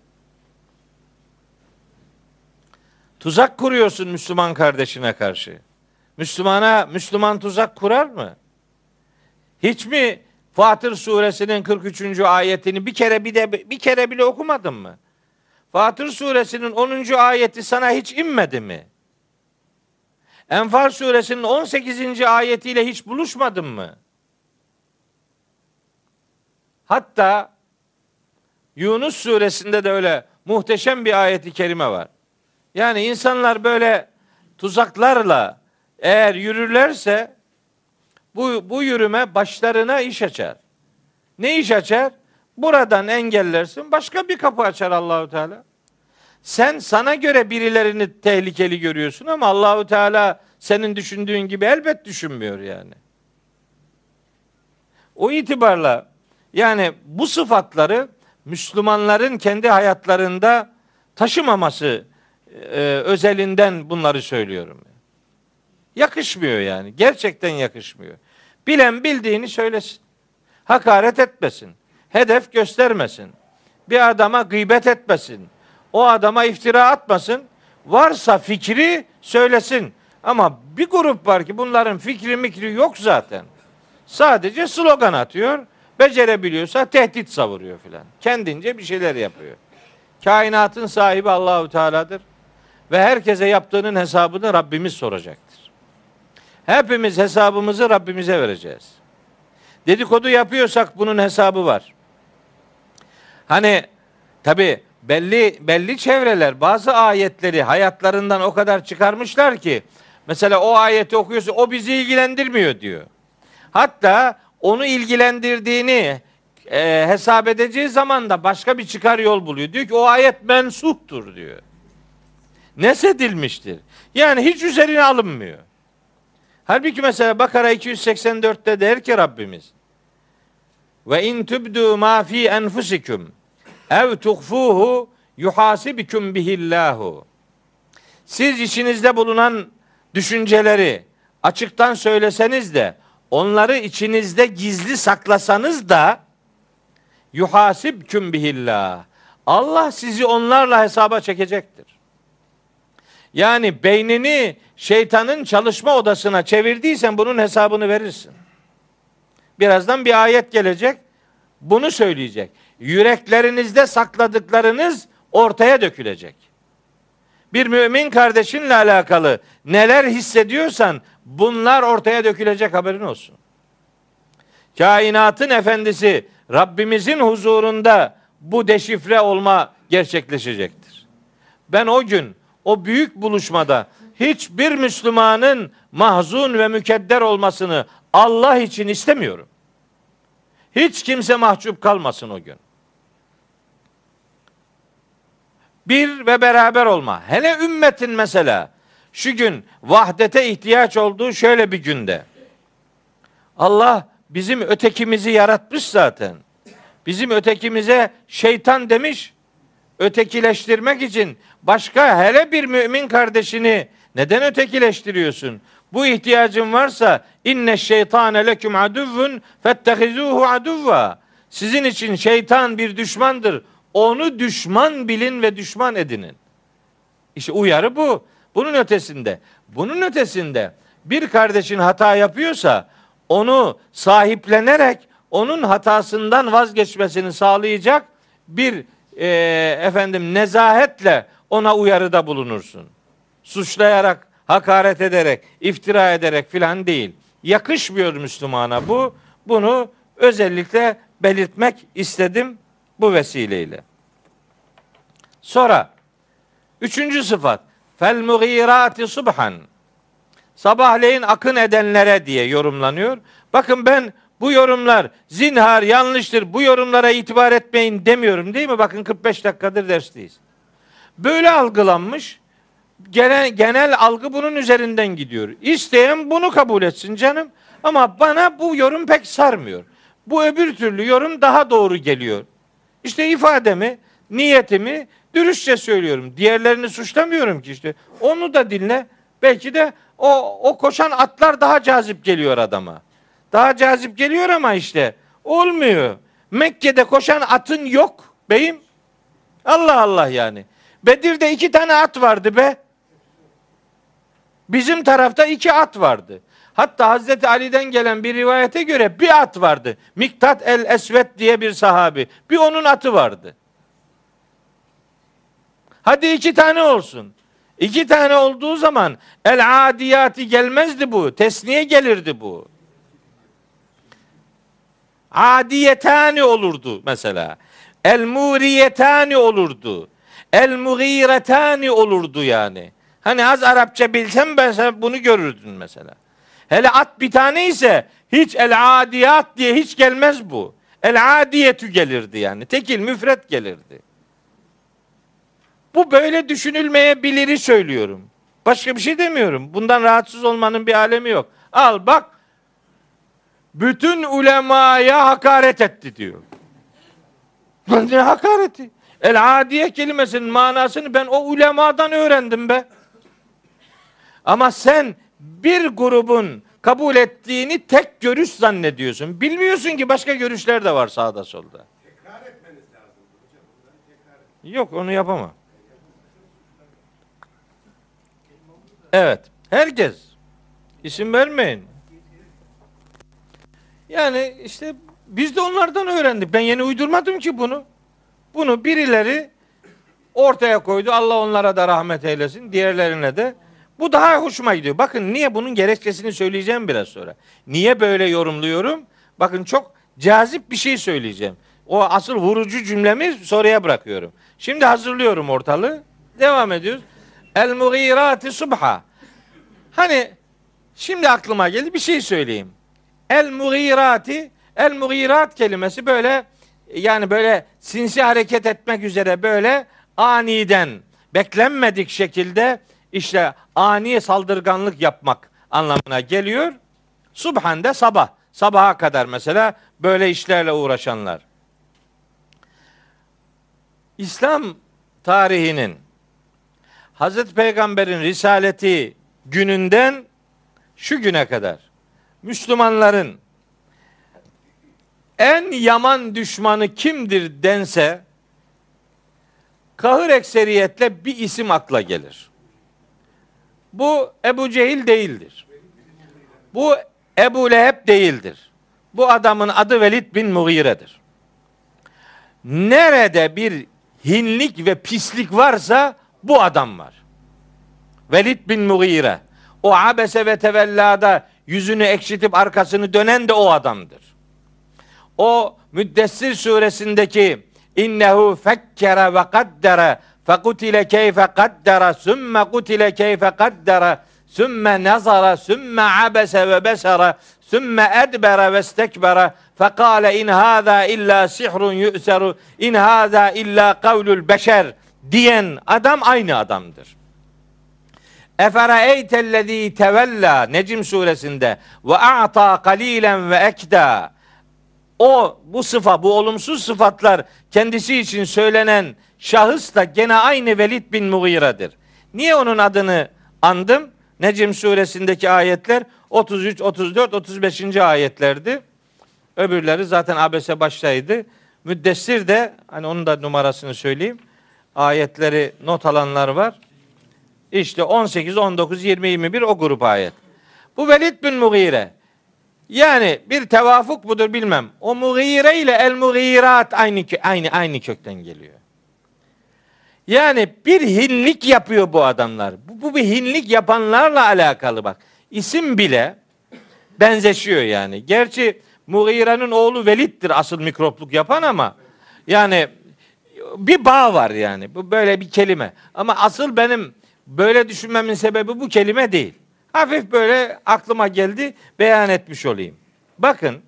Tuzak kuruyorsun Müslüman kardeşine karşı. Müslümana, Müslüman tuzak kurar mı? Hiç mi Fatır suresinin kırk üçüncü ayetini bir kere bir de bir kere bile okumadın mı? Fatır suresinin onuncu ayeti sana hiç inmedi mi? Enfal suresinin on sekizinci ayetiyle hiç buluşmadın mı? Hatta Yunus suresinde de öyle muhteşem bir ayeti kerime var. Yani insanlar böyle tuzaklarla eğer yürürlerse bu, bu yürüme başlarına iş açar. Ne iş açar? Buradan engellersin, başka bir kapı açar Allahu Teala. Sen sana göre birilerini tehlikeli görüyorsun ama Allahu Teala senin düşündüğün gibi elbet düşünmüyor yani. O itibarla yani bu sıfatları Müslümanların kendi hayatlarında taşımaması e, özelinden bunları söylüyorum. Yakışmıyor yani. Gerçekten yakışmıyor. Bilen bildiğini söylesin. Hakaret etmesin. Hedef göstermesin. Bir adama gıybet etmesin. O adama iftira atmasın. Varsa fikri söylesin. Ama bir grup var ki bunların fikri mikri yok zaten. Sadece slogan atıyor. Becerebiliyorsa tehdit savuruyor filan. Kendince bir şeyler yapıyor. Kainatın sahibi Allahu Teala'dır. Ve herkese yaptığının hesabını Rabbimiz soracaktır. Hepimiz hesabımızı Rabbimize vereceğiz. Dedikodu yapıyorsak bunun hesabı var. Hani tabi belli belli çevreler bazı ayetleri hayatlarından o kadar çıkarmışlar ki mesela o ayeti okuyorsa o bizi ilgilendirmiyor diyor. Hatta onu ilgilendirdiğini e, hesap edeceği zaman da başka bir çıkar yol buluyor. Diyor ki o ayet mensuhtur diyor. Nesedilmiştir. Yani hiç üzerine alınmıyor. Halbuki mesela Bakara iki yüz seksen dörtte der ki Rabbimiz ve in tubdu ma fi enfusikum ev tuhfuhu yuhasibikum bihillahu. Siz içinizde bulunan düşünceleri açıktan söyleseniz de onları içinizde gizli saklasanız da yuhasibkum bihillah. Allah sizi onlarla hesaba çekecektir. Yani beynini şeytanın çalışma odasına çevirdiysen bunun hesabını verirsin. Birazdan bir ayet gelecek. Bunu söyleyecek. Yüreklerinizde sakladıklarınız ortaya dökülecek. Bir mümin kardeşinle alakalı neler hissediyorsan bunlar ortaya dökülecek, haberin olsun. Kainatın efendisi Rabbimizin huzurunda bu deşifre olma gerçekleşecektir. Ben o gün o büyük buluşmada hiçbir Müslümanın mahzun ve mükedder olmasını Allah için istemiyorum. Hiç kimse mahcup kalmasın o gün. Bir ve beraber olma. Hele ümmetin mesela şu gün vahdete ihtiyaç olduğu şöyle bir günde. Allah bizim ötekimizi yaratmış zaten. Bizim ötekimize şeytan demiş. Ötekileştirmek için başka hele bir mümin kardeşini neden ötekileştiriyorsun? Bu ihtiyacın varsa inne şeytane leküm aduvvun fettehizuhu aduvva. Sizin için şeytan bir düşmandır. Onu düşman bilin ve düşman edinin. İşte uyarı bu. Bunun ötesinde, bunun ötesinde bir kardeşin hata yapıyorsa onu sahiplenerek onun hatasından vazgeçmesini sağlayacak bir e, efendim nezahetle ona uyarıda bulunursun. Suçlayarak, hakaret ederek, iftira ederek filan değil. Yakışmıyor Müslümana bu. Bunu özellikle belirtmek istedim bu vesileyle. Sonra üçüncü sıfat fel mugirati subhan. Sabahleyin akın edenlere diye yorumlanıyor. Bakın ben bu yorumlar zinhar yanlıştır. Bu yorumlara itibar etmeyin demiyorum değil mi? Bakın kırk beş dakikadır dersteyiz. Böyle algılanmış. Genel, genel algı bunun üzerinden gidiyor. İsteyen bunu kabul etsin canım. Ama bana bu yorum pek sarmıyor. Bu öbür türlü yorum daha doğru geliyor. İşte ifademi, niyetimi dürüstçe söylüyorum. Diğerlerini suçlamıyorum ki işte. Onu da dinle. Belki de o, o koşan atlar daha cazip geliyor adama. Daha cazip geliyor ama işte olmuyor. Mekke'de koşan atın yok beyim. Allah Allah yani. Bedir'de iki tane at vardı be. Bizim tarafta iki at vardı. Hatta Hazreti Ali'den gelen bir rivayete göre bir at vardı. Miktat el-Esvet diye bir sahabi. Bir onun atı vardı. Hadi iki tane olsun. İki tane olduğu zaman el-adiyati gelmezdi bu. Tesniye gelirdi bu. Adiyetani olurdu mesela. El-muriyetani olurdu. El-mugiretani olurdu yani. Hani az Arapça bilsem ben sen bunu görürdün mesela. Hele at bir tane ise hiç el-adiyat diye hiç gelmez bu. El-adiyetü gelirdi yani. Tekil müfret gelirdi. Bu böyle düşünülmeyebiliri söylüyorum. Başka bir şey demiyorum. Bundan rahatsız olmanın bir alemi yok. Al bak. Bütün ulemaya hakaret etti diyor. Ne hakareti? El-adiye kelimesinin manasını ben o ulemadan öğrendim be. Ama sen bir grubun kabul ettiğini tek görüş zannediyorsun. Bilmiyorsun ki başka görüşler de var sağda solda. Tekrar etmeniz lazım hocam. Tekrar et. Yok, onu yapamam. Evet. Herkes. İsim vermeyin. Yani işte biz de onlardan öğrendik. Ben yeni uydurmadım ki bunu. Bunu birileri ortaya koydu. Allah onlara da rahmet eylesin. Diğerlerine de. Bu daha hoşuma gidiyor. Bakın niye, bunun gerekçesini söyleyeceğim biraz sonra. Niye böyle yorumluyorum? Bakın çok cazip bir şey söyleyeceğim. O asıl vurucu cümlemi soruya bırakıyorum. Şimdi hazırlıyorum ortalığı. Devam ediyoruz. El-mugirati subha. Hani şimdi aklıma geldi, bir şey söyleyeyim. El-mugirati, el-mugirat kelimesi böyle, yani böyle sinsi hareket etmek üzere, böyle aniden, beklenmedik şekilde işte ani saldırganlık yapmak anlamına geliyor. Subhan de sabah. Sabaha kadar mesela böyle işlerle uğraşanlar. İslam tarihinin Hazreti Peygamber'in risaleti gününden şu güne kadar Müslümanların en yaman düşmanı kimdir dense kahır ekseriyetle bir isim akla gelir. Bu Ebu Cehil değildir. Bu Ebu Leheb değildir. Bu adamın adı Velid bin Mughire'dir. Nerede bir hinlik ve pislik varsa bu adam var. Velid bin Mughire. O abese ve tevellada yüzünü ekşitip arkasını dönen de o adamdır. O Müddessir suresindeki innehu fekkere ve kaddere fekutile keyfe kaddere sümme kutile keyfe kaddere sümme nazara sümme abese ve besara sümme edbere ve stekbere fekale in hâzâ illa sihrun yu'seru in hâzâ illa kavlul beşer diyen adam aynı adamdır. Efereeytellezî tevella Necm suresinde ve a'ta kalilen ve ekda. O bu sıfa, bu olumsuz sıfatlar kendisi için söylenen şahıs da gene aynı Velid bin Mughire'dir. Niye onun adını andım? Necm suresindeki ayetler otuz üç, otuz dört, otuz beşinci ayetlerdi. Öbürleri zaten abese baştaydı. Müddessir de, hani onun da numarasını söyleyeyim. Ayetleri not alanlar var. İşte on sekiz, on dokuz, yirmi, yirmi bir o grup ayet. Bu Velid bin Mughire. Yani bir tevafuk budur bilmem. O Mughire ile el Mughirat aynı aynı aynı kökten geliyor. Yani bir hinlik yapıyor bu adamlar. Bu, bu bir hinlik yapanlarla alakalı bak. İsim bile benzeşiyor yani. Gerçi Mughire'nin oğlu Velid'dir asıl mikropluk yapan ama yani bir bağ var yani. Bu böyle bir kelime. Ama asıl benim böyle düşünmemin sebebi bu kelime değil. Hafif böyle aklıma geldi, beyan etmiş olayım. Bakın,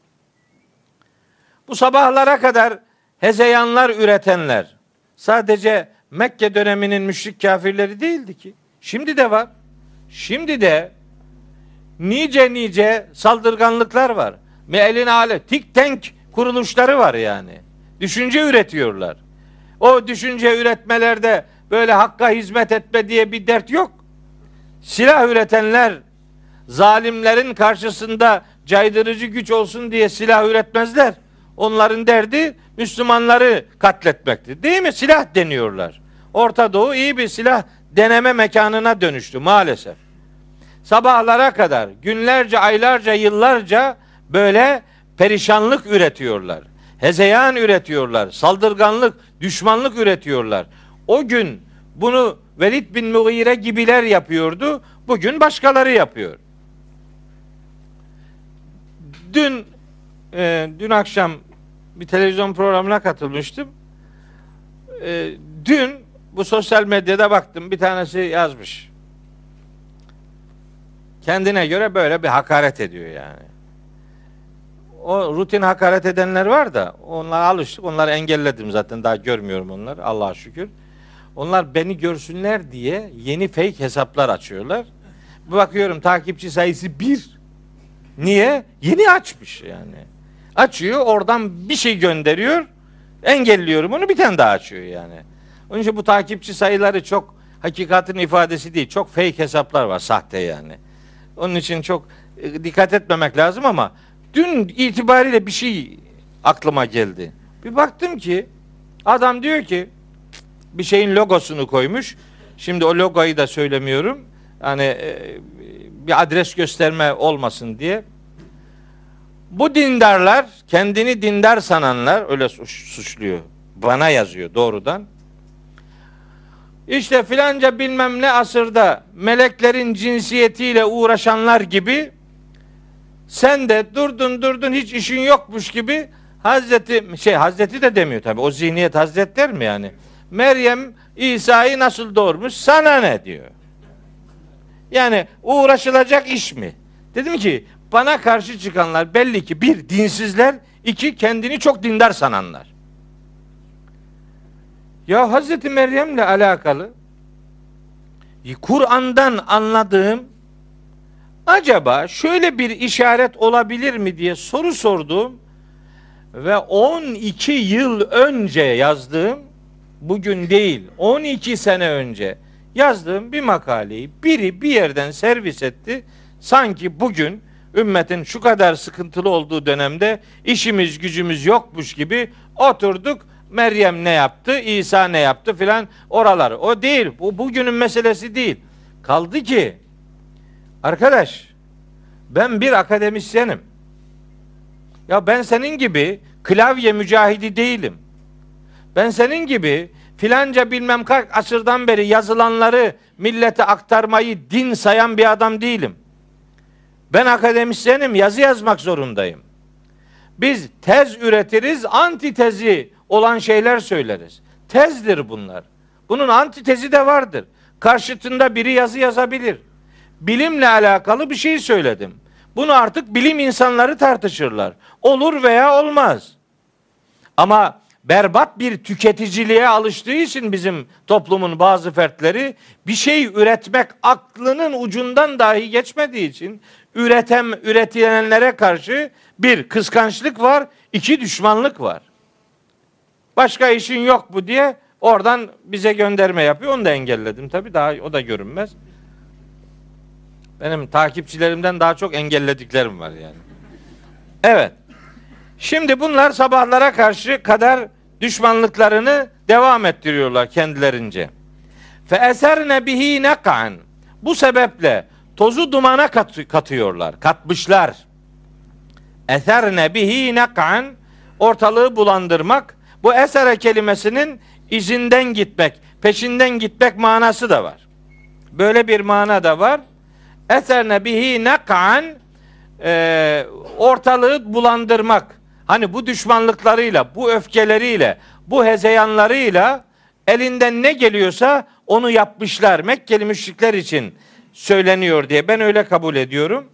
bu sabahlara kadar hezeyanlar üretenler sadece Mekke döneminin müşrik kafirleri değildi ki. Şimdi de var. Şimdi de nice nice saldırganlıklar var. Meelin ale, think tank kuruluşları var yani. Düşünce üretiyorlar. O düşünce üretmelerde böyle hakka hizmet etme diye bir dert yok. Silah üretenler zalimlerin karşısında caydırıcı güç olsun diye silah üretmezler. Onların derdi Müslümanları katletmektir. Değil mi? Silah deniyorlar. Orta Doğu iyi bir silah deneme mekanına dönüştü maalesef. Sabahlara kadar, günlerce, aylarca, yıllarca böyle perişanlık üretiyorlar. Hezeyan üretiyorlar. Saldırganlık, düşmanlık üretiyorlar. O gün bunu Velid bin Mughire gibiler yapıyordu. Bugün başkaları yapıyor. Dün e, dün akşam bir televizyon programına katılmıştım. E, dün bu sosyal medyada baktım, bir tanesi yazmış. Kendine göre böyle bir hakaret ediyor yani. O rutin hakaret edenler var da onlara alıştık. Onları engelledim zaten, daha görmüyorum onları Allah'a şükür. Onlar beni görsünler diye yeni fake hesaplar açıyorlar. Bir bakıyorum takipçi sayısı bir. Niye? Yeni açmış yani. Açıyor, oradan bir şey gönderiyor. Engelliyorum onu, bir tane daha açıyor yani. Onun için bu takipçi sayıları çok hakikatin ifadesi değil. Çok fake hesaplar var, sahte yani. Onun için çok dikkat etmemek lazım ama dün itibariyle bir şey aklıma geldi. Bir baktım ki adam diyor ki bir şeyin logosunu koymuş. Şimdi o logoyu da söylemiyorum. Hani bir adres gösterme olmasın diye. Bu dindarlar, kendini dindar sananlar, öyle suçluyor. Bana yazıyor doğrudan. İşte filanca bilmem ne asırda meleklerin cinsiyetiyle uğraşanlar gibi sen de durdun durdun hiç işin yokmuş gibi Hazreti şey Hazreti de demiyor tabii. O zihniyet Hazret der mi yani? Meryem İsa'yı nasıl doğurmuş? Sana ne diyor. Yani uğraşılacak iş mi? Dedim ki bana karşı çıkanlar belli ki bir dinsizler, iki kendini çok dindar sananlar. Ya Hazreti Meryem'le alakalı Kur'an'dan anladığım acaba şöyle bir işaret olabilir mi diye soru sorduğum ve on iki yıl önce yazdığım, bugün değil on iki sene önce yazdığım bir makaleyi biri bir yerden servis etti. Sanki bugün ümmetin şu kadar sıkıntılı olduğu dönemde işimiz gücümüz yokmuş gibi oturduk. Meryem ne yaptı, İsa ne yaptı filan oralar. O değil. Bu bugünün meselesi değil. Kaldı ki arkadaş ben bir akademisyenim. Ya ben senin gibi klavye mücahidi değilim. Ben senin gibi filanca bilmem kaç asırdan beri yazılanları millete aktarmayı din sayan bir adam değilim. Ben akademisyenim, yazı yazmak zorundayım. Biz tez üretiriz, antitezi olan şeyler söyleriz. Tezdir bunlar. Bunun antitezi de vardır. Karşıtında biri yazı yazabilir. Bilimle alakalı bir şey söyledim. Bunu artık bilim insanları tartışırlar. Olur veya olmaz. Ama berbat bir tüketiciliğe alıştığı için bizim toplumun bazı fertleri bir şey üretmek aklının ucundan dahi geçmediği için üretem üretilenlere karşı bir kıskançlık var, iki düşmanlık var. Başka işin yok bu diye oradan bize gönderme yapıyor. Onu da engelledim tabii. Daha o da görünmez. Benim takipçilerimden daha çok engellediklerim var yani. Evet. Şimdi bunlar sabahlara karşı kadar düşmanlıklarını devam ettiriyorlar kendilerince. Fe eserne bihi nek'an. Bu sebeple tozu dumana kat, katıyorlar. Katmışlar. Eserne bihi nek'an, ortalığı bulandırmak. Bu esere kelimesinin izinden gitmek, peşinden gitmek manası da var. Böyle bir mana da var. Eserne bihi nek'an, e, ortalığı bulandırmak. Hani bu düşmanlıklarıyla, bu öfkeleriyle, bu hezeyanlarıyla elinden ne geliyorsa onu yapmışlar. Mekkeli müşrikler için söyleniyor diye ben öyle kabul ediyorum.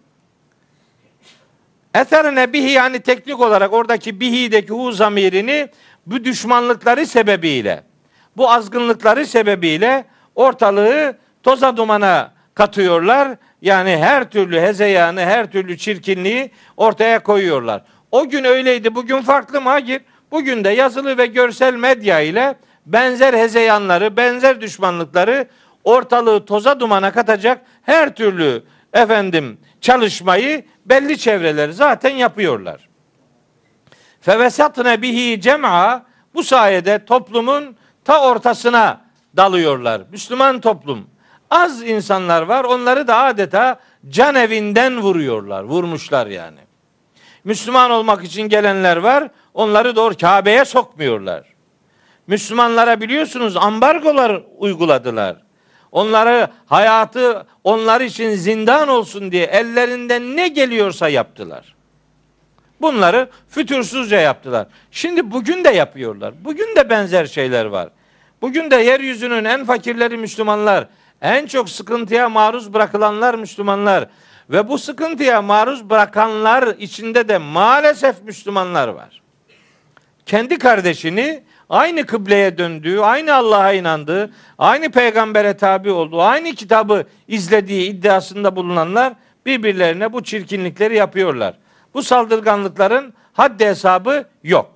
Eserine bihi, yani teknik olarak oradaki bihi'deki hu zamirini bu düşmanlıkları sebebiyle, bu azgınlıkları sebebiyle ortalığı toza dumana katıyorlar. Yani her türlü hezeyanı, her türlü çirkinliği ortaya koyuyorlar. O gün öyleydi, bugün farklı mı? Hayır. Bugün de yazılı ve görsel medya ile benzer hezeyanları, benzer düşmanlıkları ortalığı toza dumana katacak her türlü efendim çalışmayı belli çevreler zaten yapıyorlar. Fevesatne bihi cem'a, bu sayede toplumun ta ortasına dalıyorlar. Müslüman toplum. Az insanlar var, onları da adeta can evinden vuruyorlar. Vurmuşlar yani. Müslüman olmak için gelenler var, onları doğru Kabe'ye sokmuyorlar. Müslümanlara biliyorsunuz ambargolar uyguladılar. Onları, hayatı onlar için zindan olsun diye ellerinden ne geliyorsa yaptılar. Bunları fütursuzca yaptılar. Şimdi bugün de yapıyorlar. Bugün de benzer şeyler var. Bugün de yeryüzünün en fakirleri Müslümanlar, en çok sıkıntıya maruz bırakılanlar Müslümanlar ve bu sıkıntıya maruz bırakanlar içinde de maalesef Müslümanlar var. Kendi kardeşini aynı kıbleye döndüğü, aynı Allah'a inandığı, aynı peygambere tabi olduğu, aynı kitabı izlediği iddiasında bulunanlar birbirlerine bu çirkinlikleri yapıyorlar. Bu saldırganlıkların haddi hesabı yok.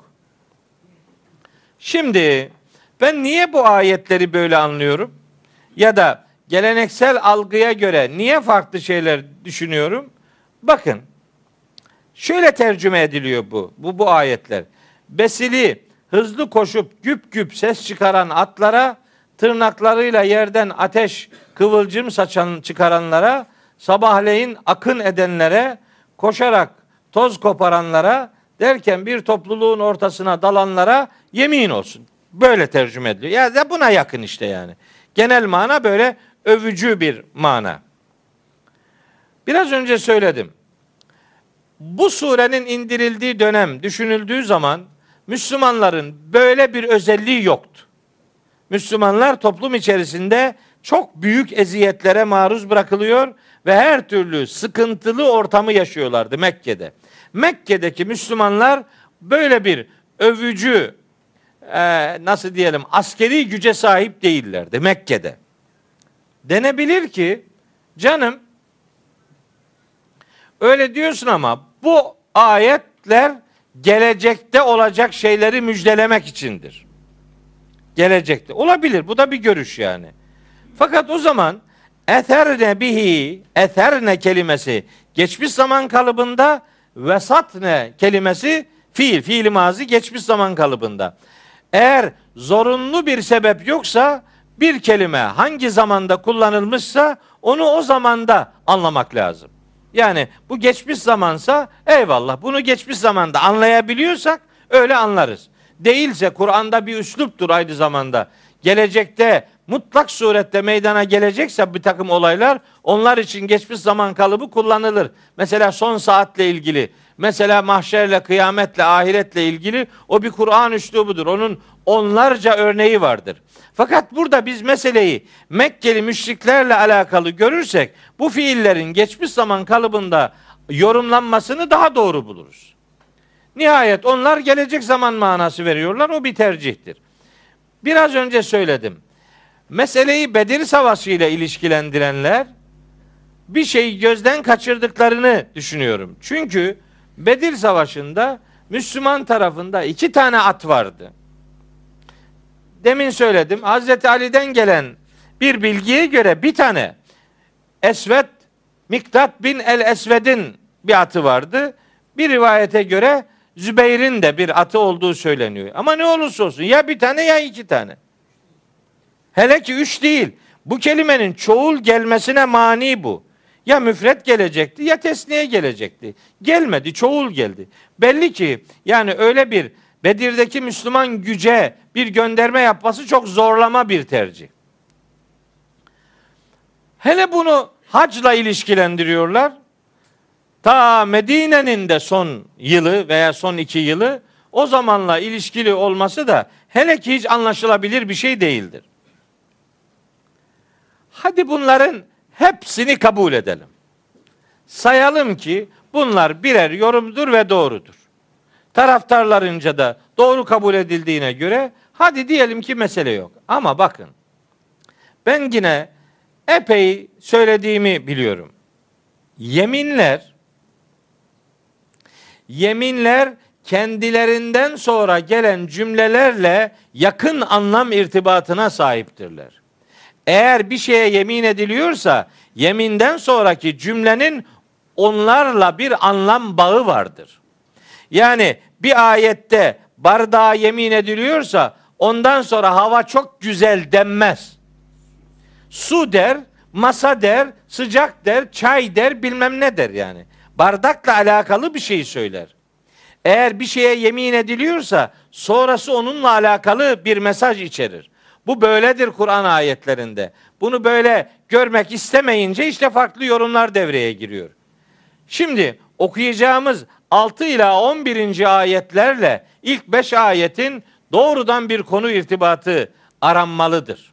Şimdi ben niye bu ayetleri böyle anlıyorum? Ya da geleneksel algıya göre niye farklı şeyler düşünüyorum? Bakın, şöyle tercüme ediliyor bu, bu, bu ayetler. Besili, hızlı koşup güp güp ses çıkaran atlara, tırnaklarıyla yerden ateş, kıvılcım saçan çıkaranlara, sabahleyin akın edenlere, koşarak toz koparanlara derken bir topluluğun ortasına dalanlara yemin olsun. Böyle tercüme ediliyor. Ya da buna yakın işte yani. Genel mana böyle övücü bir mana. Biraz önce söyledim. Bu surenin indirildiği dönem düşünüldüğü zaman Müslümanların böyle bir özelliği yoktu. Müslümanlar toplum içerisinde çok büyük eziyetlere maruz bırakılıyor ve her türlü sıkıntılı ortamı yaşıyorlardı Mekke'de. Mekke'deki Müslümanlar böyle bir övücü, e, nasıl diyelim, askeri güce sahip değillerdi Mekke'de. Denebilir ki, canım öyle diyorsun ama bu ayetler gelecekte olacak şeyleri müjdelemek içindir. Gelecekte. Olabilir. Bu da bir görüş yani. Fakat o zaman etherne bihi, etherne kelimesi geçmiş zaman kalıbında, vesatne kelimesi fiil, fiil mazi geçmiş zaman kalıbında. Eğer zorunlu bir sebep yoksa bir kelime hangi zamanda kullanılmışsa onu o zamanda anlamak lazım. Yani bu geçmiş zamansa eyvallah, bunu geçmiş zamanda anlayabiliyorsak öyle anlarız. Değilse Kur'an'da bir üsluptur aynı zamanda. Gelecekte mutlak surette meydana gelecekse bir takım olaylar, onlar için geçmiş zaman kalıbı kullanılır. Mesela son saatle ilgili, mesela mahşerle, kıyametle, ahiretle ilgili o bir Kur'an üslubudur. Onun onlarca örneği vardır. Fakat burada biz meseleyi Mekkeli müşriklerle alakalı görürsek bu fiillerin geçmiş zaman kalıbında yorumlanmasını daha doğru buluruz. Nihayet onlar gelecek zaman manası veriyorlar. O bir tercihtir. Biraz önce söyledim. Meseleyi Bedir Savaşı ile ilişkilendirenler bir şeyi gözden kaçırdıklarını düşünüyorum. Çünkü Bedir Savaşı'nda Müslüman tarafında iki tane at vardı. Demin söyledim. Hazreti Ali'den gelen bir bilgiye göre bir tane Esved, Miktat bin el-Esved'in bir atı vardı. Bir rivayete göre Zübeyir'in de bir atı olduğu söyleniyor. Ama ne olursa olsun ya bir tane ya iki tane. Hele ki üç değil. Bu kelimenin çoğul gelmesine mani bu. Ya müfret gelecekti ya tesniye gelecekti. Gelmedi, çoğul geldi. Belli ki yani öyle bir Bedir'deki Müslüman güce bir gönderme yapması çok zorlama bir tercih. Hele bunu hacla ilişkilendiriyorlar. Ta Medine'nin de son yılı veya son iki yılı o zamanla ilişkili olması da hele ki hiç anlaşılabilir bir şey değildir. Hadi bunların hepsini kabul edelim. Sayalım ki bunlar birer yorumdur ve doğrudur. Taraftarlarınca da doğru kabul edildiğine göre hadi diyelim ki mesele yok. Ama bakın, ben yine epey söylediğimi biliyorum. Yeminler Yeminler kendilerinden sonra gelen cümlelerle yakın anlam irtibatına sahiptirler. Eğer bir şeye yemin ediliyorsa yeminden sonraki cümlenin onlarla bir anlam bağı vardır. Yani bir ayette bardağa yemin ediliyorsa ondan sonra hava çok güzel denmez. Su der, masa der, sıcak der, çay der, bilmem ne der yani. Bardakla alakalı bir şey söyler. Eğer bir şeye yemin ediliyorsa sonrası onunla alakalı bir mesaj içerir. Bu böyledir Kur'an ayetlerinde. Bunu böyle görmek istemeyince işte farklı yorumlar devreye giriyor. Şimdi okuyacağımız altı ila on birinci ayetlerle ilk beş ayetin doğrudan bir konu irtibatı aranmalıdır.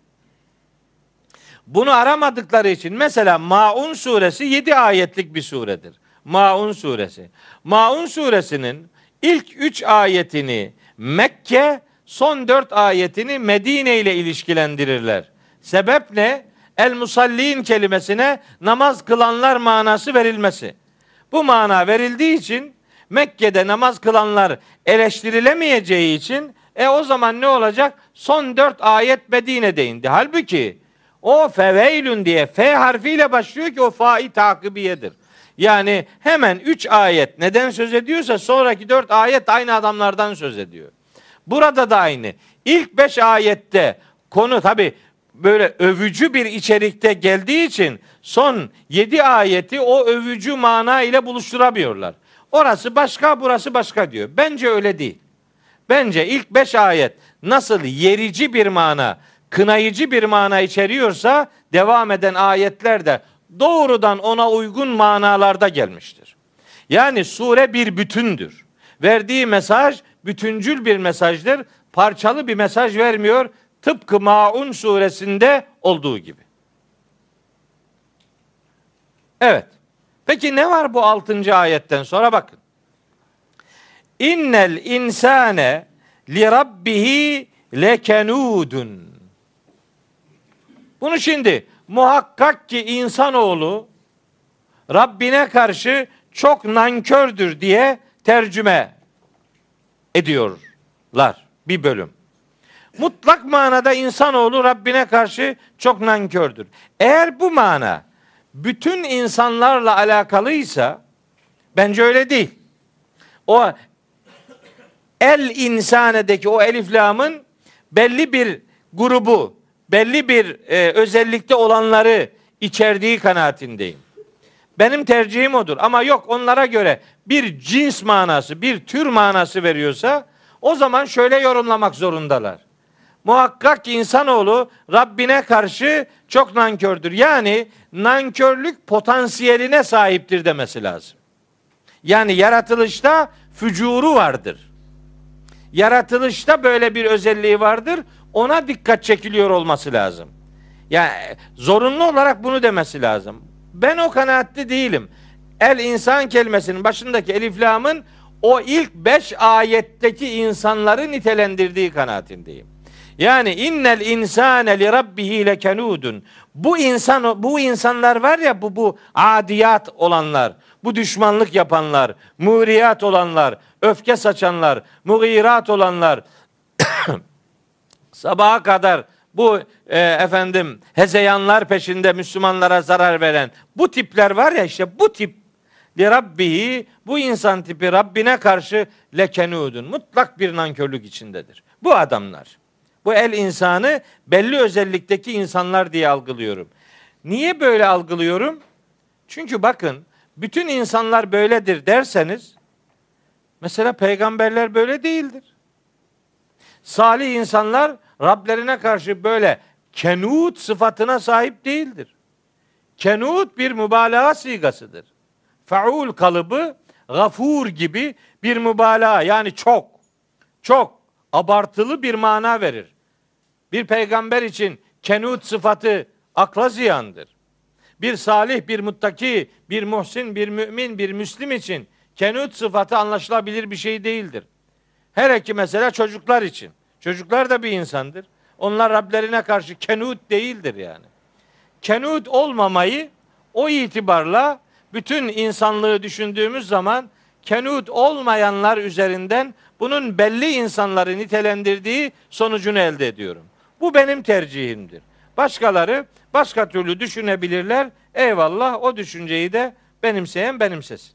Bunu aramadıkları için mesela Maun suresi yedi ayetlik bir suredir. Maun suresi. Maun suresinin ilk üç ayetini Mekke, son dört ayetini Medine ile ilişkilendirirler. Sebep ne? El musallin kelimesine namaz kılanlar manası verilmesi. Bu mana verildiği için Mekke'de namaz kılanlar eleştirilemeyeceği için e o zaman ne olacak? Son dört ayet Medine'de indi. Halbuki o feveylün diye F harfiyle başlıyor ki o fa-i takibiyedir. Yani hemen üç ayet neden söz ediyorsa sonraki dört ayet aynı adamlardan söz ediyor. Burada da aynı. İlk beş ayette konu tabi böyle övücü bir içerikte geldiği için son yedi ayeti o övücü mana ile buluşturamıyorlar. Orası başka, burası başka diyor. Bence öyle değil. Bence ilk beş ayet nasıl yerici bir mana, kınayıcı bir mana içeriyorsa devam eden ayetler de doğrudan ona uygun manalarda gelmiştir. Yani sure bir bütündür. Verdiği mesaj bütüncül bir mesajdır. Parçalı bir mesaj vermiyor. Tıpkı Maun suresinde olduğu gibi. Evet. Peki ne var bu altıncı ayetten sonra bakın. İnnel insane li rabbihi lekenudun. Bunu şimdi muhakkak ki insanoğlu Rabbine karşı çok nankördür diye tercüme ediyorlar bir bölüm. Mutlak manada insanoğlu Rabbine karşı çok nankördür. Eğer bu mana bütün insanlarla alakalıysa bence öyle değil. O el insanedeki o elif lamın belli bir grubu, belli bir e, özellikte olanları içerdiği kanaatindeyim. Benim tercihim odur. Ama yok onlara göre bir cins manası, bir tür manası veriyorsa o zaman şöyle yorumlamak zorundalar. Muhakkak ki insanoğlu Rabbine karşı çok nankördür. Yani nankörlük potansiyeline sahiptir demesi lazım. Yani yaratılışta fücuru vardır. Yaratılışta böyle bir özelliği vardır. Ona dikkat çekiliyor olması lazım. Yani zorunlu olarak bunu demesi lazım. Ben o kanaatte değilim. El insan kelimesinin başındaki elif lamın o ilk beş ayetteki insanları nitelendirdiği kanaatindeyim. Yani innel insane li rabbihi lekenudun. Bu insan bu insanlar var ya bu bu adiyat olanlar, bu düşmanlık yapanlar, muriyat olanlar, öfke saçanlar, mugirat olanlar, sabaha kadar bu e, efendim hezeyanlar peşinde Müslümanlara zarar veren bu tipler var ya işte bu tip li rabbihi bu insan tipi Rabbine karşı lekenudun mutlak bir nankörlük içindedir. Bu adamlar. Bu el insanı belli özellikteki insanlar diye algılıyorum. Niye böyle algılıyorum? Çünkü bakın bütün insanlar böyledir derseniz mesela peygamberler böyle değildir. Salih insanlar Rablerine karşı böyle kenut sıfatına sahip değildir. Kenut bir mübalağa sigasıdır. Faul kalıbı gafur gibi bir mübalağa yani çok çok abartılı bir mana verir. Bir peygamber için kenut sıfatı akla ziyandır. Bir salih, bir muttaki, bir muhsin, bir mümin, bir müslim için kenut sıfatı anlaşılabilir bir şey değildir. Her iki mesela çocuklar için. Çocuklar da bir insandır. Onlar Rablerine karşı kenut değildir yani. Kenut olmamayı o itibarla bütün insanlığı düşündüğümüz zaman kenut olmayanlar üzerinden bunun belli insanları nitelendirdiği sonucunu elde ediyorum. Bu benim tercihimdir. Başkaları başka türlü düşünebilirler. Eyvallah, o düşünceyi de benimseyen benimsesin.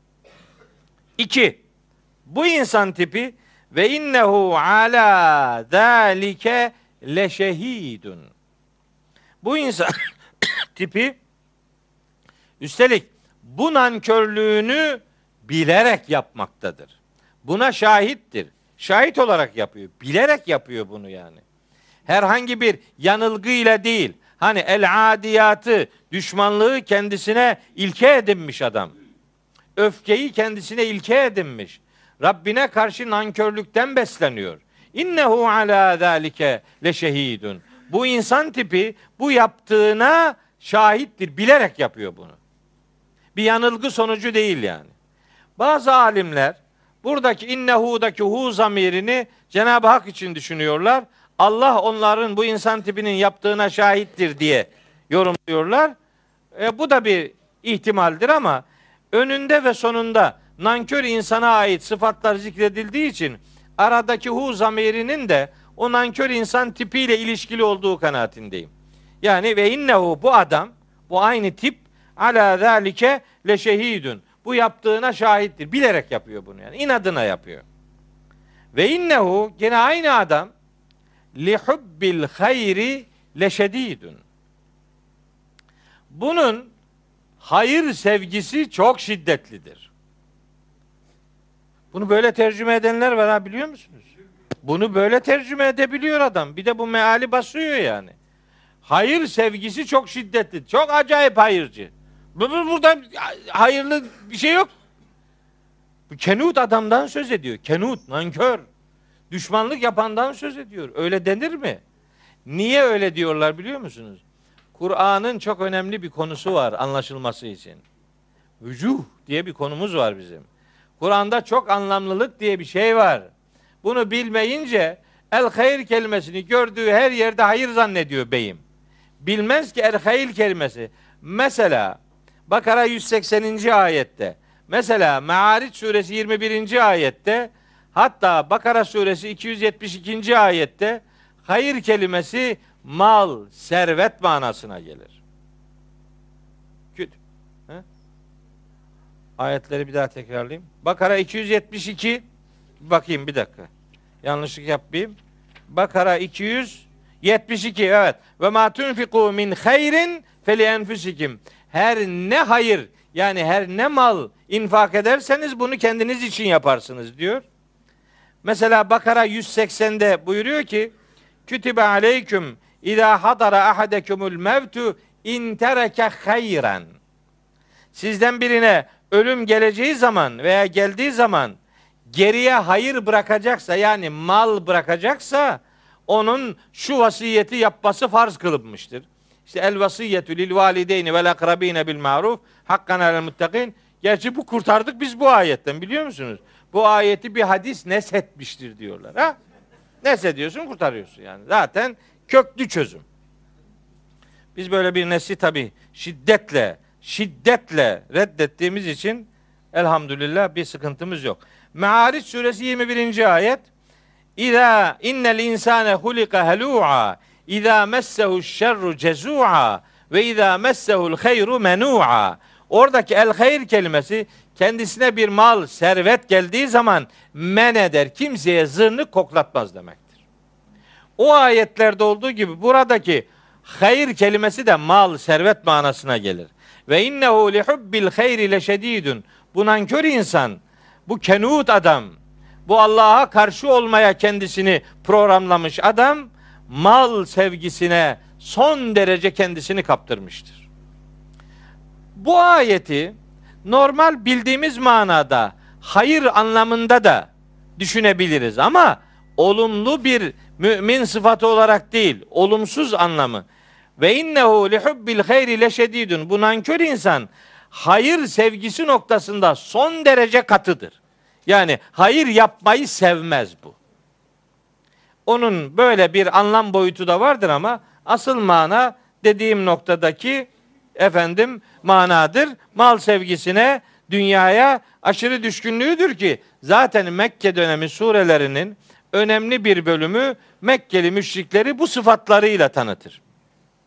İki, bu insan tipi ve innehu ala zalike leşehidun. Bu insan tipi üstelik bu nankörlüğünü bilerek yapmaktadır. Buna şahittir. Şahit olarak yapıyor. Bilerek yapıyor bunu yani. Herhangi bir yanılgıyla değil. Hani el adiyatı, düşmanlığı kendisine ilke edinmiş adam. Öfkeyi kendisine ilke edinmiş. Rabbine karşı nankörlükten besleniyor. İnnehu ala zalike leşehidun. Bu insan tipi bu yaptığına şahittir. Bilerek yapıyor bunu. Bir yanılgı sonucu değil yani. Bazı alimler buradaki innehu'daki hu zamirini Cenab-ı Hak için düşünüyorlar. Allah onların bu insan tipinin yaptığına şahittir diye yorumluyorlar. E, bu da bir ihtimaldir ama önünde ve sonunda nankör insana ait sıfatlar zikredildiği için aradaki hu zamirinin de o nankör insan tipiyle ilişkili olduğu kanaatindeyim. Yani ve innehu, bu adam, bu aynı tip ala zalike leşehidun. Bu yaptığına şahittir. Bilerek yapıyor bunu yani. İnadına yapıyor. Ve innehu, gene aynı adam, li hubbil hayri leşedidun. Bunun hayır sevgisi çok şiddetlidir. Bunu böyle tercüme edenler var ha, biliyor musunuz? Bunu böyle tercüme edebiliyor adam. Bir de bu meali basıyor yani. Hayır sevgisi çok şiddetli. Çok acayip hayırcı. Burada hayırlı bir şey yok. Bu kenut adamdan söz ediyor. Kenut, nankör. Düşmanlık yapandan söz ediyor. Öyle denir mi? Niye öyle diyorlar biliyor musunuz? Kur'an'ın çok önemli bir konusu var anlaşılması için. Vücuh diye bir konumuz var bizim. Kur'an'da çok anlamlılık diye bir şey var. Bunu bilmeyince el hayır kelimesini gördüğü her yerde hayır zannediyor beyim. Bilmez ki el hayır kelimesi. Mesela Bakara yüz sekseninci ayette, mesela Me'ariç suresi yirmi birinci ayette, hatta Bakara suresi iki yüz yetmiş ikinci ayette hayır kelimesi mal, servet manasına gelir. Kötü. He? Ayetleri bir daha tekrarlayayım. Bakara iki yüz yetmiş iki, bakayım bir dakika. Yanlışlık yapmayayım. Bakara iki yüz yetmiş iki, evet. Ve ma tunfiku min hayrin feli enfusikum. Her ne hayır, yani her ne mal infak ederseniz bunu kendiniz için yaparsınız diyor. Mesela Bakara yüz seksende buyuruyor ki Kütübe aleyküm İzâ hadara ahadekumul mevtu in tereke hayran. Sizden birine ölüm geleceği zaman veya geldiği zaman geriye hayır bırakacaksa, yani mal bırakacaksa, onun şu vasiyeti yapması farz kılınmıştır. İşte el vasiyetü lil valideyni vel akrabine bil maruf hakkan alel muttakin. Gerçi bu kurtardık biz bu ayetten, biliyor musunuz? Bu ayeti bir hadis neshetmiştir diyorlar. Ha? Neshediyorsun, kurtarıyorsun yani. Zaten köklü çözüm. Biz böyle bir nesli tabii şiddetle, şiddetle reddettiğimiz için elhamdülillah bir sıkıntımız yok. Me'ariç suresi yirmi birinci ayet. İza innel insane hulika helu'a İza messehu şerru cezu'a ve iza messehu'l hayru menu'a. Oradaki el hayr kelimesi kendisine bir mal, servet geldiği zaman men eder, kimseye zırnık koklatmaz demektir. O ayetlerde olduğu gibi buradaki hayır kelimesi de mal, servet manasına gelir. Ve innehu li hubbil hayri leşedidun. Bu nankör insan, bu kenut adam, bu Allah'a karşı olmaya kendisini programlamış adam, mal sevgisine son derece kendisini kaptırmıştır. Bu ayeti normal bildiğimiz manada hayır anlamında da düşünebiliriz ama olumlu bir mümin sıfatı olarak değil, olumsuz anlamı. Ve innehu li hubbil hayri leşedidun. Bu nankör insan hayır sevgisi noktasında son derece katıdır. Yani hayır yapmayı sevmez bu. Onun böyle bir anlam boyutu da vardır ama asıl mana dediğim noktadaki efendim manadır. Mal sevgisine, dünyaya aşırı düşkünlüğüdür ki zaten Mekke dönemi surelerinin önemli bir bölümü Mekkeli müşrikleri bu sıfatlarıyla tanıtır.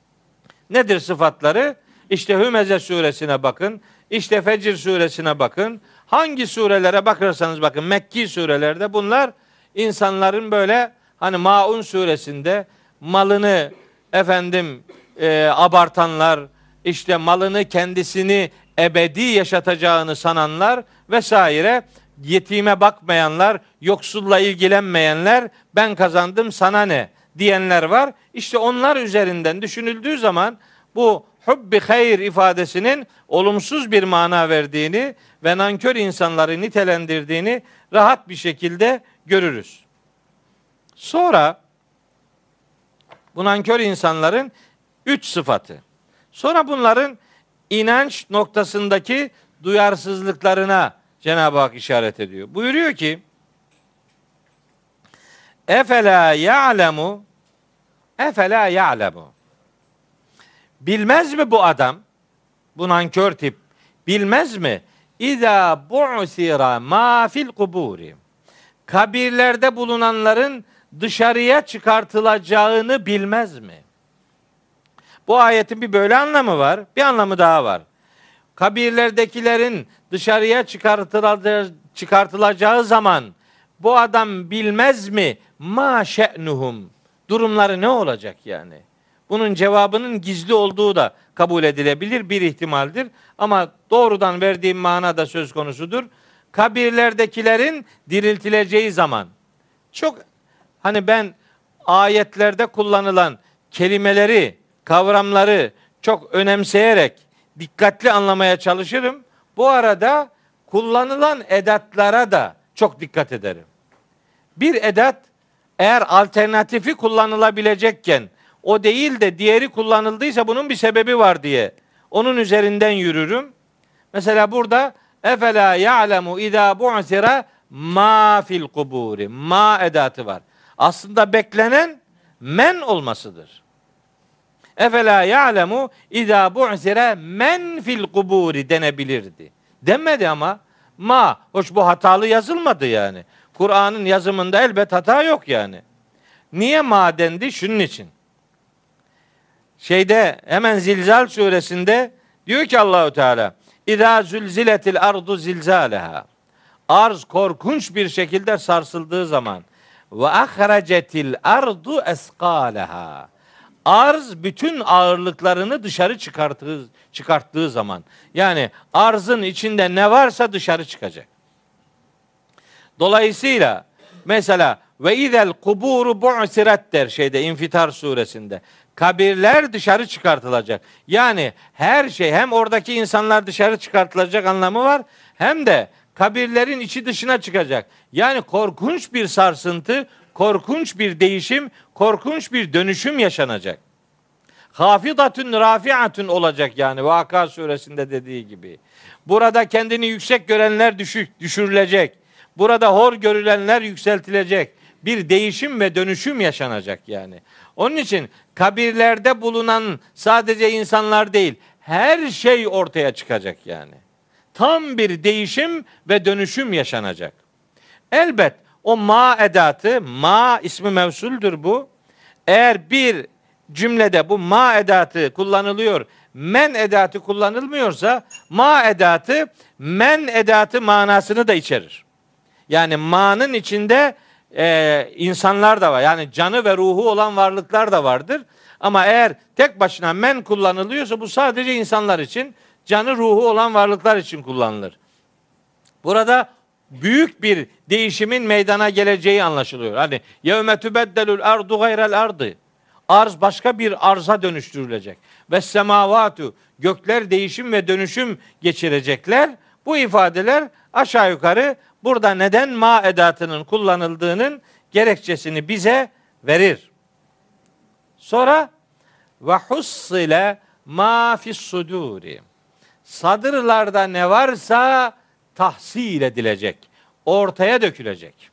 Nedir sıfatları? İşte Hümeze suresine bakın. İşte Fecr suresine bakın. Hangi surelere bakarsanız bakın, Mekki surelerde bunlar insanların böyle, hani Maun suresinde malını efendim e, abartanlar, işte malını kendisini ebedi yaşatacağını sananlar vesaire, yetime bakmayanlar, yoksulla ilgilenmeyenler, ben kazandım sana ne diyenler var. İşte onlar üzerinden düşünüldüğü zaman bu hubbi hayr ifadesinin olumsuz bir mana verdiğini ve nankör insanları nitelendirdiğini rahat bir şekilde görürüz. Sonra bu nankör insanların üç sıfatı. Sonra bunların inanç noktasındaki duyarsızlıklarına Cenab-ı Hak işaret ediyor. Buyuruyor ki: Efela ya'lemu Efela ya'lemu Bilmez mi bu adam, bu nankör tip, bilmez mi? İza bu'sira ma fil kuburi. Kabirlerde bulunanların dışarıya çıkartılacağını bilmez mi? Bu ayetin bir böyle anlamı var, bir anlamı daha var. Kabirlerdekilerin dışarıya çıkartılacağı, çıkartılacağı zaman bu adam bilmez mi? Ma şe'nuhum. Durumları ne olacak yani? Bunun cevabının gizli olduğu da kabul edilebilir, bir ihtimaldir. Ama doğrudan verdiğim mana da söz konusudur. Kabirlerdekilerin diriltileceği zaman, çok hani ben ayetlerde kullanılan kelimeleri, kavramları çok önemseyerek dikkatli anlamaya çalışırım. Bu arada kullanılan edatlara da çok dikkat ederim. Bir edat eğer alternatifi kullanılabilecekken o değil de diğeri kullanıldıysa bunun bir sebebi var diye onun üzerinden yürürüm. Mesela burada efela ya'lemu izâ bu'sira ma fil kuburi. Ma edatı var. Aslında beklenen men olmasıdır. Efela ya'lemu izâ bu'sira men fil kuburi denebilirdi. Demedi ama ma. Hoş bu hatalı yazılmadı yani. Kur'an'ın yazımında elbet hata yok yani. Niye ma dendi? Şunun için. Şeyde hemen Zilzal suresinde diyor ki Allahu Teala: İzâ zülziletil ardu zilzâleha. Arz korkunç bir şekilde sarsıldığı zaman ve ahracetil ardu eskâleha. Arz bütün ağırlıklarını dışarı çıkarttığı, çıkarttığı zaman, yani arzın içinde ne varsa dışarı çıkacak. Dolayısıyla mesela ve izel kuburu bu'sirat der şeyde İnfitar suresinde. Kabirler dışarı çıkartılacak. Yani her şey, hem oradaki insanlar dışarı çıkartılacak anlamı var, hem de kabirlerin içi dışına çıkacak. Yani korkunç bir sarsıntı, korkunç bir değişim, korkunç bir dönüşüm yaşanacak. Hafidatun rafiatun olacak yani Vaka suresinde dediği gibi. Burada kendini yüksek görenler düşük, düşürülecek. Burada hor görülenler yükseltilecek. Bir değişim ve dönüşüm yaşanacak yani. Onun için kabirlerde bulunan sadece insanlar değil, her şey ortaya çıkacak yani. Tam bir değişim ve dönüşüm yaşanacak. Elbet o ma edatı, ma ismi mevsuldür bu. Eğer bir cümlede bu ma edatı kullanılıyor, men edatı kullanılmıyorsa, ma edatı men edatı manasını da içerir. Yani ma'nın içinde e, insanlar da var. Yani canı ve ruhu olan varlıklar da vardır. Ama eğer tek başına men kullanılıyorsa bu sadece insanlar için, canı ruhu olan varlıklar için kullanılır. Burada büyük bir değişimin meydana geleceği anlaşılıyor. Hani yevme tübeddelül ardu gayrel ardı. Arz başka bir arza dönüştürülecek. Ve semavatu, gökler değişim ve dönüşüm geçirecekler. Bu ifadeler aşağı yukarı burada neden ma edatının kullanıldığının gerekçesini bize verir. Sonra ve hussile ma fis suduri. Sadırlarda ne varsa tahsil edilecek, ortaya dökülecek.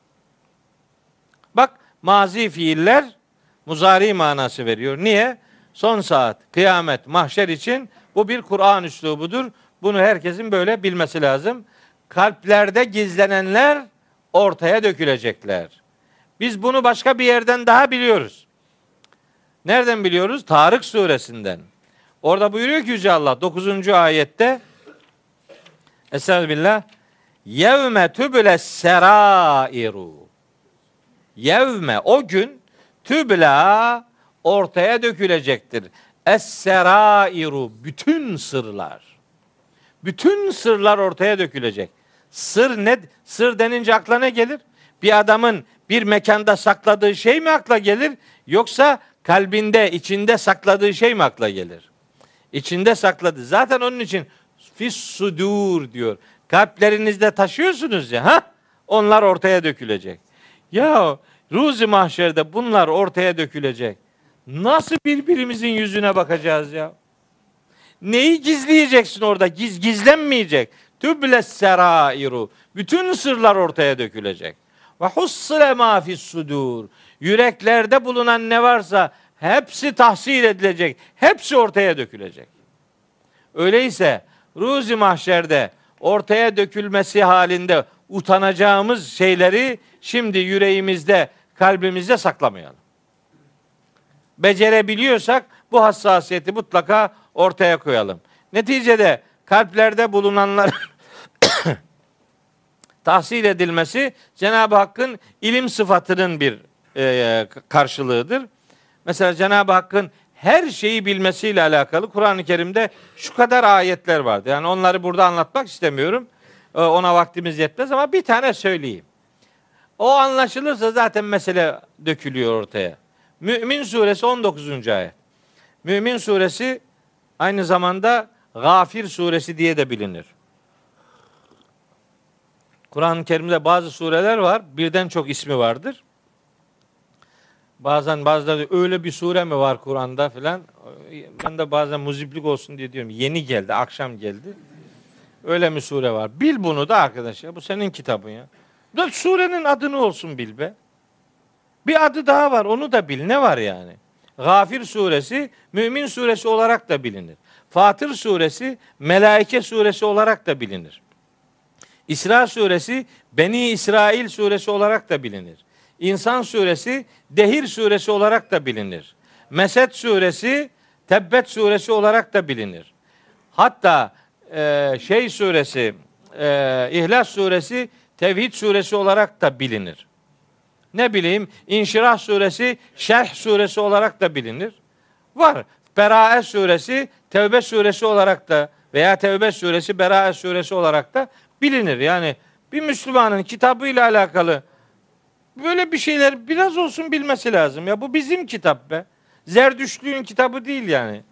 Bak, mazi fiiller muzari manası veriyor. Niye? Son saat, kıyamet, mahşer için bu bir Kur'an üslubudur. Bunu herkesin böyle bilmesi lazım. Kalplerde gizlenenler ortaya dökülecekler. Biz bunu başka bir yerden daha biliyoruz. Nereden biliyoruz? Tarık suresinden. Orada buyuruyor ki Yüce Allah dokuzuncu ayette Estağfirullah. Yevme tüble serairu. Yevme o gün tübla ortaya dökülecektir. Es-serairu bütün sırlar. Bütün sırlar ortaya dökülecek. Sır ne? Sır denince akla ne gelir? Bir adamın bir mekanda sakladığı şey mi akla gelir? Yoksa kalbinde, içinde sakladığı şey mi akla gelir? İçinde sakladı. Zaten onun için fis sudur diyor. Kalplerinizde taşıyorsunuz ya, ha? Onlar ortaya dökülecek. Ya ruzi mahşerde bunlar ortaya dökülecek. Nasıl birbirimizin yüzüne bakacağız ya? Neyi gizleyeceksin orada? Giz gizlenmeyecek. Tübles serairu. Bütün sırlar ortaya dökülecek. Ve hussile ma fis sudur. Yüreklerde bulunan ne varsa hepsi tahsil edilecek. Hepsi ortaya dökülecek. Öyleyse ruzi mahşerde ortaya dökülmesi halinde utanacağımız şeyleri şimdi yüreğimizde, kalbimizde saklamayalım. Becerebiliyorsak bu hassasiyeti mutlaka ortaya koyalım. Neticede kalplerde bulunanlar tahsil edilmesi Cenab-ı Hakk'ın ilim sıfatının bir e, karşılığıdır. Mesela Cenab-ı Hakk'ın her şeyi bilmesiyle alakalı Kur'an-ı Kerim'de şu kadar ayetler vardı. Yani onları burada anlatmak istemiyorum. E, ona vaktimiz yetmez ama bir tane söyleyeyim. O anlaşılırsa zaten mesele dökülüyor ortaya. Mü'min suresi on dokuzuncu ayet. Mü'min suresi aynı zamanda Gafir suresi diye de bilinir. Kur'an-ı Kerim'de bazı sureler var. Birden çok ismi vardır. Bazen bazıları öyle bir sure mi var Kur'an'da filan. Ben de bazen muziplik olsun diye diyorum. Yeni geldi, akşam geldi. Öyle mi sure var? Bil bunu da arkadaş ya. Bu senin kitabın ya. Da surenin adını olsun bil be. Bir adı daha var. Onu da bil. Ne var yani? Gafir suresi Mümin suresi olarak da bilinir. Fatır suresi Melaike suresi olarak da bilinir. İsra suresi Beni İsrail suresi olarak da bilinir. İnsan suresi Dehir suresi olarak da bilinir. Mesed suresi Tebbet suresi olarak da bilinir. Hatta e, şey suresi e, İhlas suresi Tevhid suresi olarak da bilinir. Ne bileyim İnşirah suresi Şerh suresi olarak da bilinir. Var. Berae suresi Tevbe suresi olarak da veya Tevbe suresi Berae suresi olarak da bilinir. Yani bir Müslümanın kitabıyla alakalı böyle bir şeyler biraz olsun bilmesi lazım. Ya bu bizim kitap be. Zerdüştlüğün kitabı değil yani.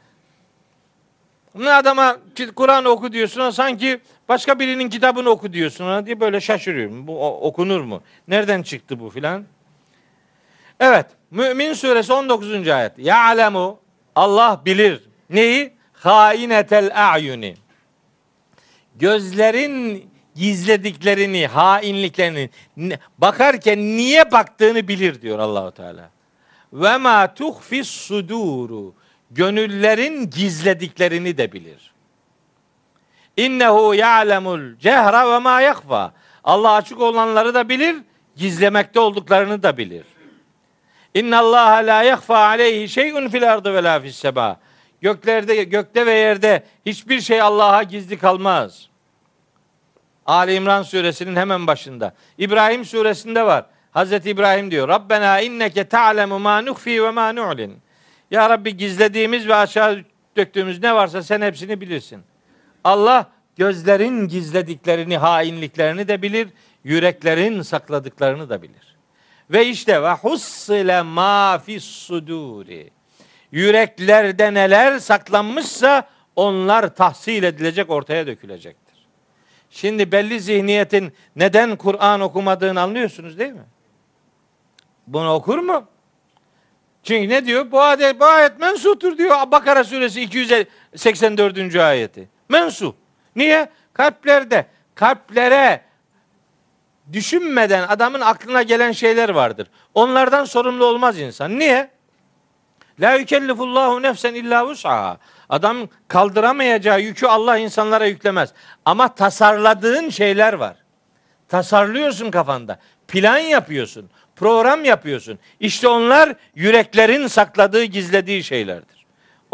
Ne adama Kur'an oku diyorsun, sanki başka birinin kitabını oku diyorsun ona diye böyle şaşırıyorum. Bu okunur mu? Nereden çıktı bu filan? Evet. Mümin suresi on dokuzuncu ayet. Ya'lemu Allah bilir. Neyi? Hainetel a'yuni. Gözlerin gizlediklerini, hainliklerini bakarken niye baktığını bilir diyor Allahu Teala. Ve ma tuhfis suduru. Gönüllerin gizlediklerini de bilir. İnnehu ya'lemul cehra ve ma yakfa. Allah açık olanları da bilir, gizlemekte olduklarını da bilir. İnnallaha la yakfa aleyhi şey'un fil ardı ve la fis sema. Göklerde, gökte ve yerde hiçbir şey Allah'a gizli kalmaz. Ali İmran suresinin hemen başında. İbrahim suresinde var. Hazreti İbrahim diyor. Rabbena inneke ta'lemu ma nukhfi ve ma nu'lin. Ya Rabbi gizlediğimiz ve aşağı döktüğümüz ne varsa sen hepsini bilirsin. Allah gözlerin gizlediklerini, hainliklerini de bilir, yüreklerin sakladıklarını da bilir. Ve işte ve hussile ma fis suduri. Yüreklerde neler saklanmışsa onlar tahsil edilecek, ortaya dökülecektir. Şimdi belli zihniyetin neden Kur'an okumadığını anlıyorsunuz değil mi? Bunu okur mu? Çünkü ne diyor? Bu ayet, bu ayet mensuhtur diyor. Bakara suresi iki yüz seksen dördüncü ayeti. Mensuh. Niye? Kalplerde, kalplere düşünmeden adamın aklına gelen şeyler vardır. Onlardan sorumlu olmaz insan. Niye? La yükellifullahu nefsen illa vus'aha. Adam kaldıramayacağı yükü Allah insanlara yüklemez. Ama tasarladığın şeyler var. Tasarlıyorsun kafanda. Plan yapıyorsun. Program yapıyorsun. İşte onlar yüreklerin sakladığı, gizlediği şeylerdir.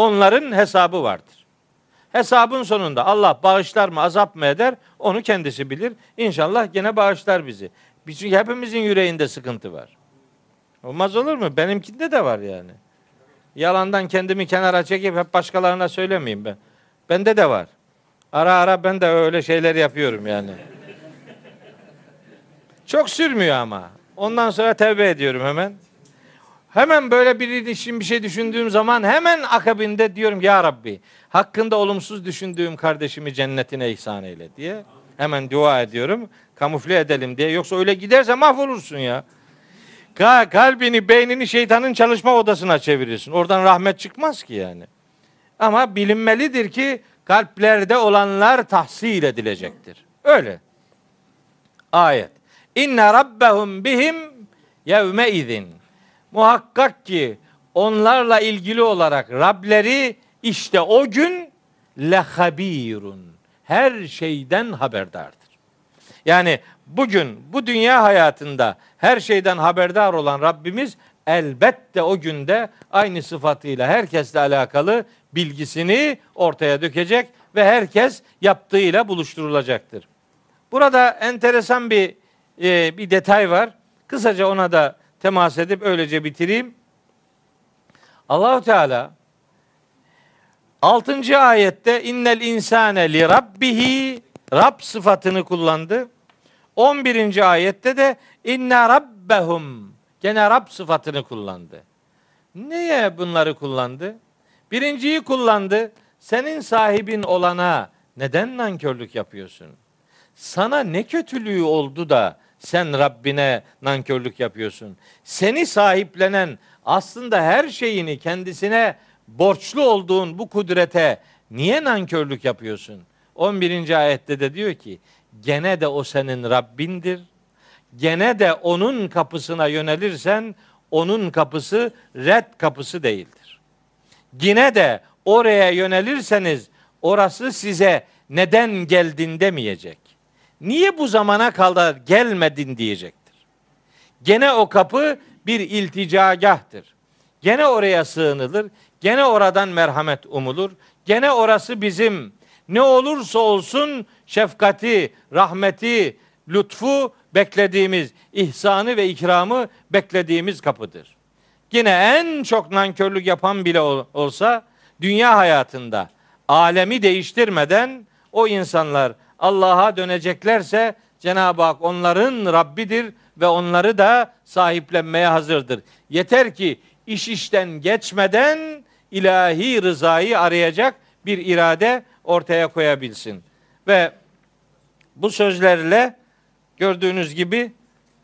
Onların hesabı vardır. Hesabın sonunda Allah bağışlar mı, azap mı eder? Onu kendisi bilir. İnşallah gene bağışlar bizi. Çünkü hepimizin yüreğinde sıkıntı var. Olmaz olur mu? Benimkinde de var yani. Yalandan kendimi kenara çekip hep başkalarına söylemeyeyim ben. Bende de var. Ara ara ben de öyle şeyler yapıyorum yani. Çok sürmüyor ama. Ondan sonra tevbe ediyorum hemen. Hemen böyle bir için bir şey düşündüğüm zaman hemen akabinde diyorum ya Rabbi hakkında olumsuz düşündüğüm kardeşimi cennetine ihsan eyle diye. Hemen dua ediyorum. Kamufle edelim diye. Yoksa öyle giderse mahvolursun ya. Kalbini, beynini şeytanın çalışma odasına çevirirsin. Oradan rahmet çıkmaz ki yani. Ama bilinmelidir ki kalplerde olanlar tahsil edilecektir. Öyle. Ayet. İnne rabbehum bihim yevme izin. Muhakkak ki onlarla ilgili olarak Rableri işte o gün lehabirun. Her şeyden haberdardır. Yani bugün bu dünya hayatında her şeyden haberdar olan Rabbimiz elbette o günde aynı sıfatıyla herkesle alakalı bilgisini ortaya dökecek ve herkes yaptığıyla buluşturulacaktır. Burada enteresan bir e, bir detay var. Kısaca ona da temas edip öylece bitireyim. Allahu Teala altıncı ayette innel insane li rabbihi Rab sıfatını kullandı. on birinci ayette de inne rabbehum gene Rab sıfatını kullandı. Niye bunları kullandı? Birinciyi kullandı. Senin sahibin olana neden nankörlük yapıyorsun? Sana ne kötülüğü oldu da sen Rabbine nankörlük yapıyorsun? Seni sahiplenen aslında her şeyini kendisine borçlu olduğun bu kudrete niye nankörlük yapıyorsun? on birinci ayette de diyor ki gene de o senin Rabbindir. Gene de onun kapısına yönelirsen onun kapısı red kapısı değildir. Yine de oraya yönelirseniz orası size neden geldin demeyecek. Niye bu zamana kadar gelmedin diyecektir. Gene o kapı bir ilticagahtır. Gene oraya sığınılır. Gene oradan merhamet umulur. Gene orası bizim ne olursa olsun şefkati, rahmeti, lütfu beklediğimiz, ihsanı ve ikramı beklediğimiz kapıdır. Yine en çok nankörlük yapan bile olsa dünya hayatında alemi değiştirmeden o insanlar Allah'a döneceklerse Cenab-ı Hak onların Rabbidir ve onları da sahiplenmeye hazırdır. Yeter ki iş işten geçmeden ilahi rızayı arayacak bir irade ortaya koyabilsin. Ve bu sözlerle gördüğünüz gibi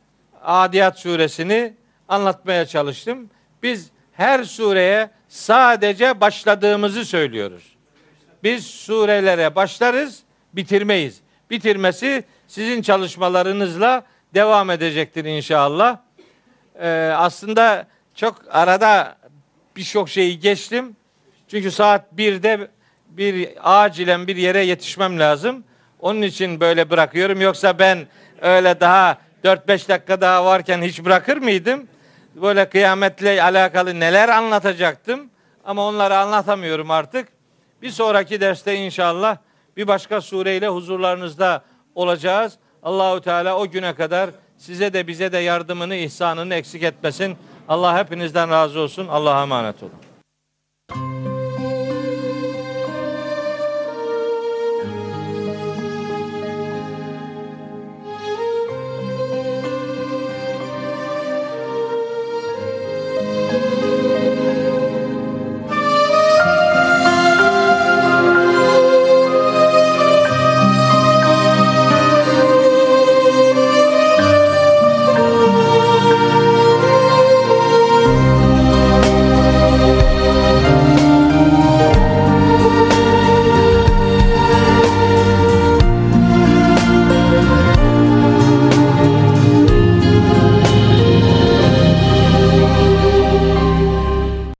Adiyat suresini anlatmaya çalıştım. Biz her sureye sadece başladığımızı söylüyoruz. Biz surelere başlarız, bitirmeyiz. Bitirmesi sizin çalışmalarınızla devam edecektir inşallah. Ee, aslında çok arada birçok şeyi geçtim. Çünkü saat birde bir acilen bir yere yetişmem lazım. Onun için böyle bırakıyorum. Yoksa ben öyle daha dört beş dakika daha varken hiç bırakır mıydım? Böyle kıyametle alakalı neler anlatacaktım. Ama onları anlatamıyorum artık. Bir sonraki derste inşallah bir başka sureyle huzurlarınızda olacağız. Allahu Teala o güne kadar size de bize de yardımını, ihsanını eksik etmesin. Allah hepinizden razı olsun. Allah'a emanet olun.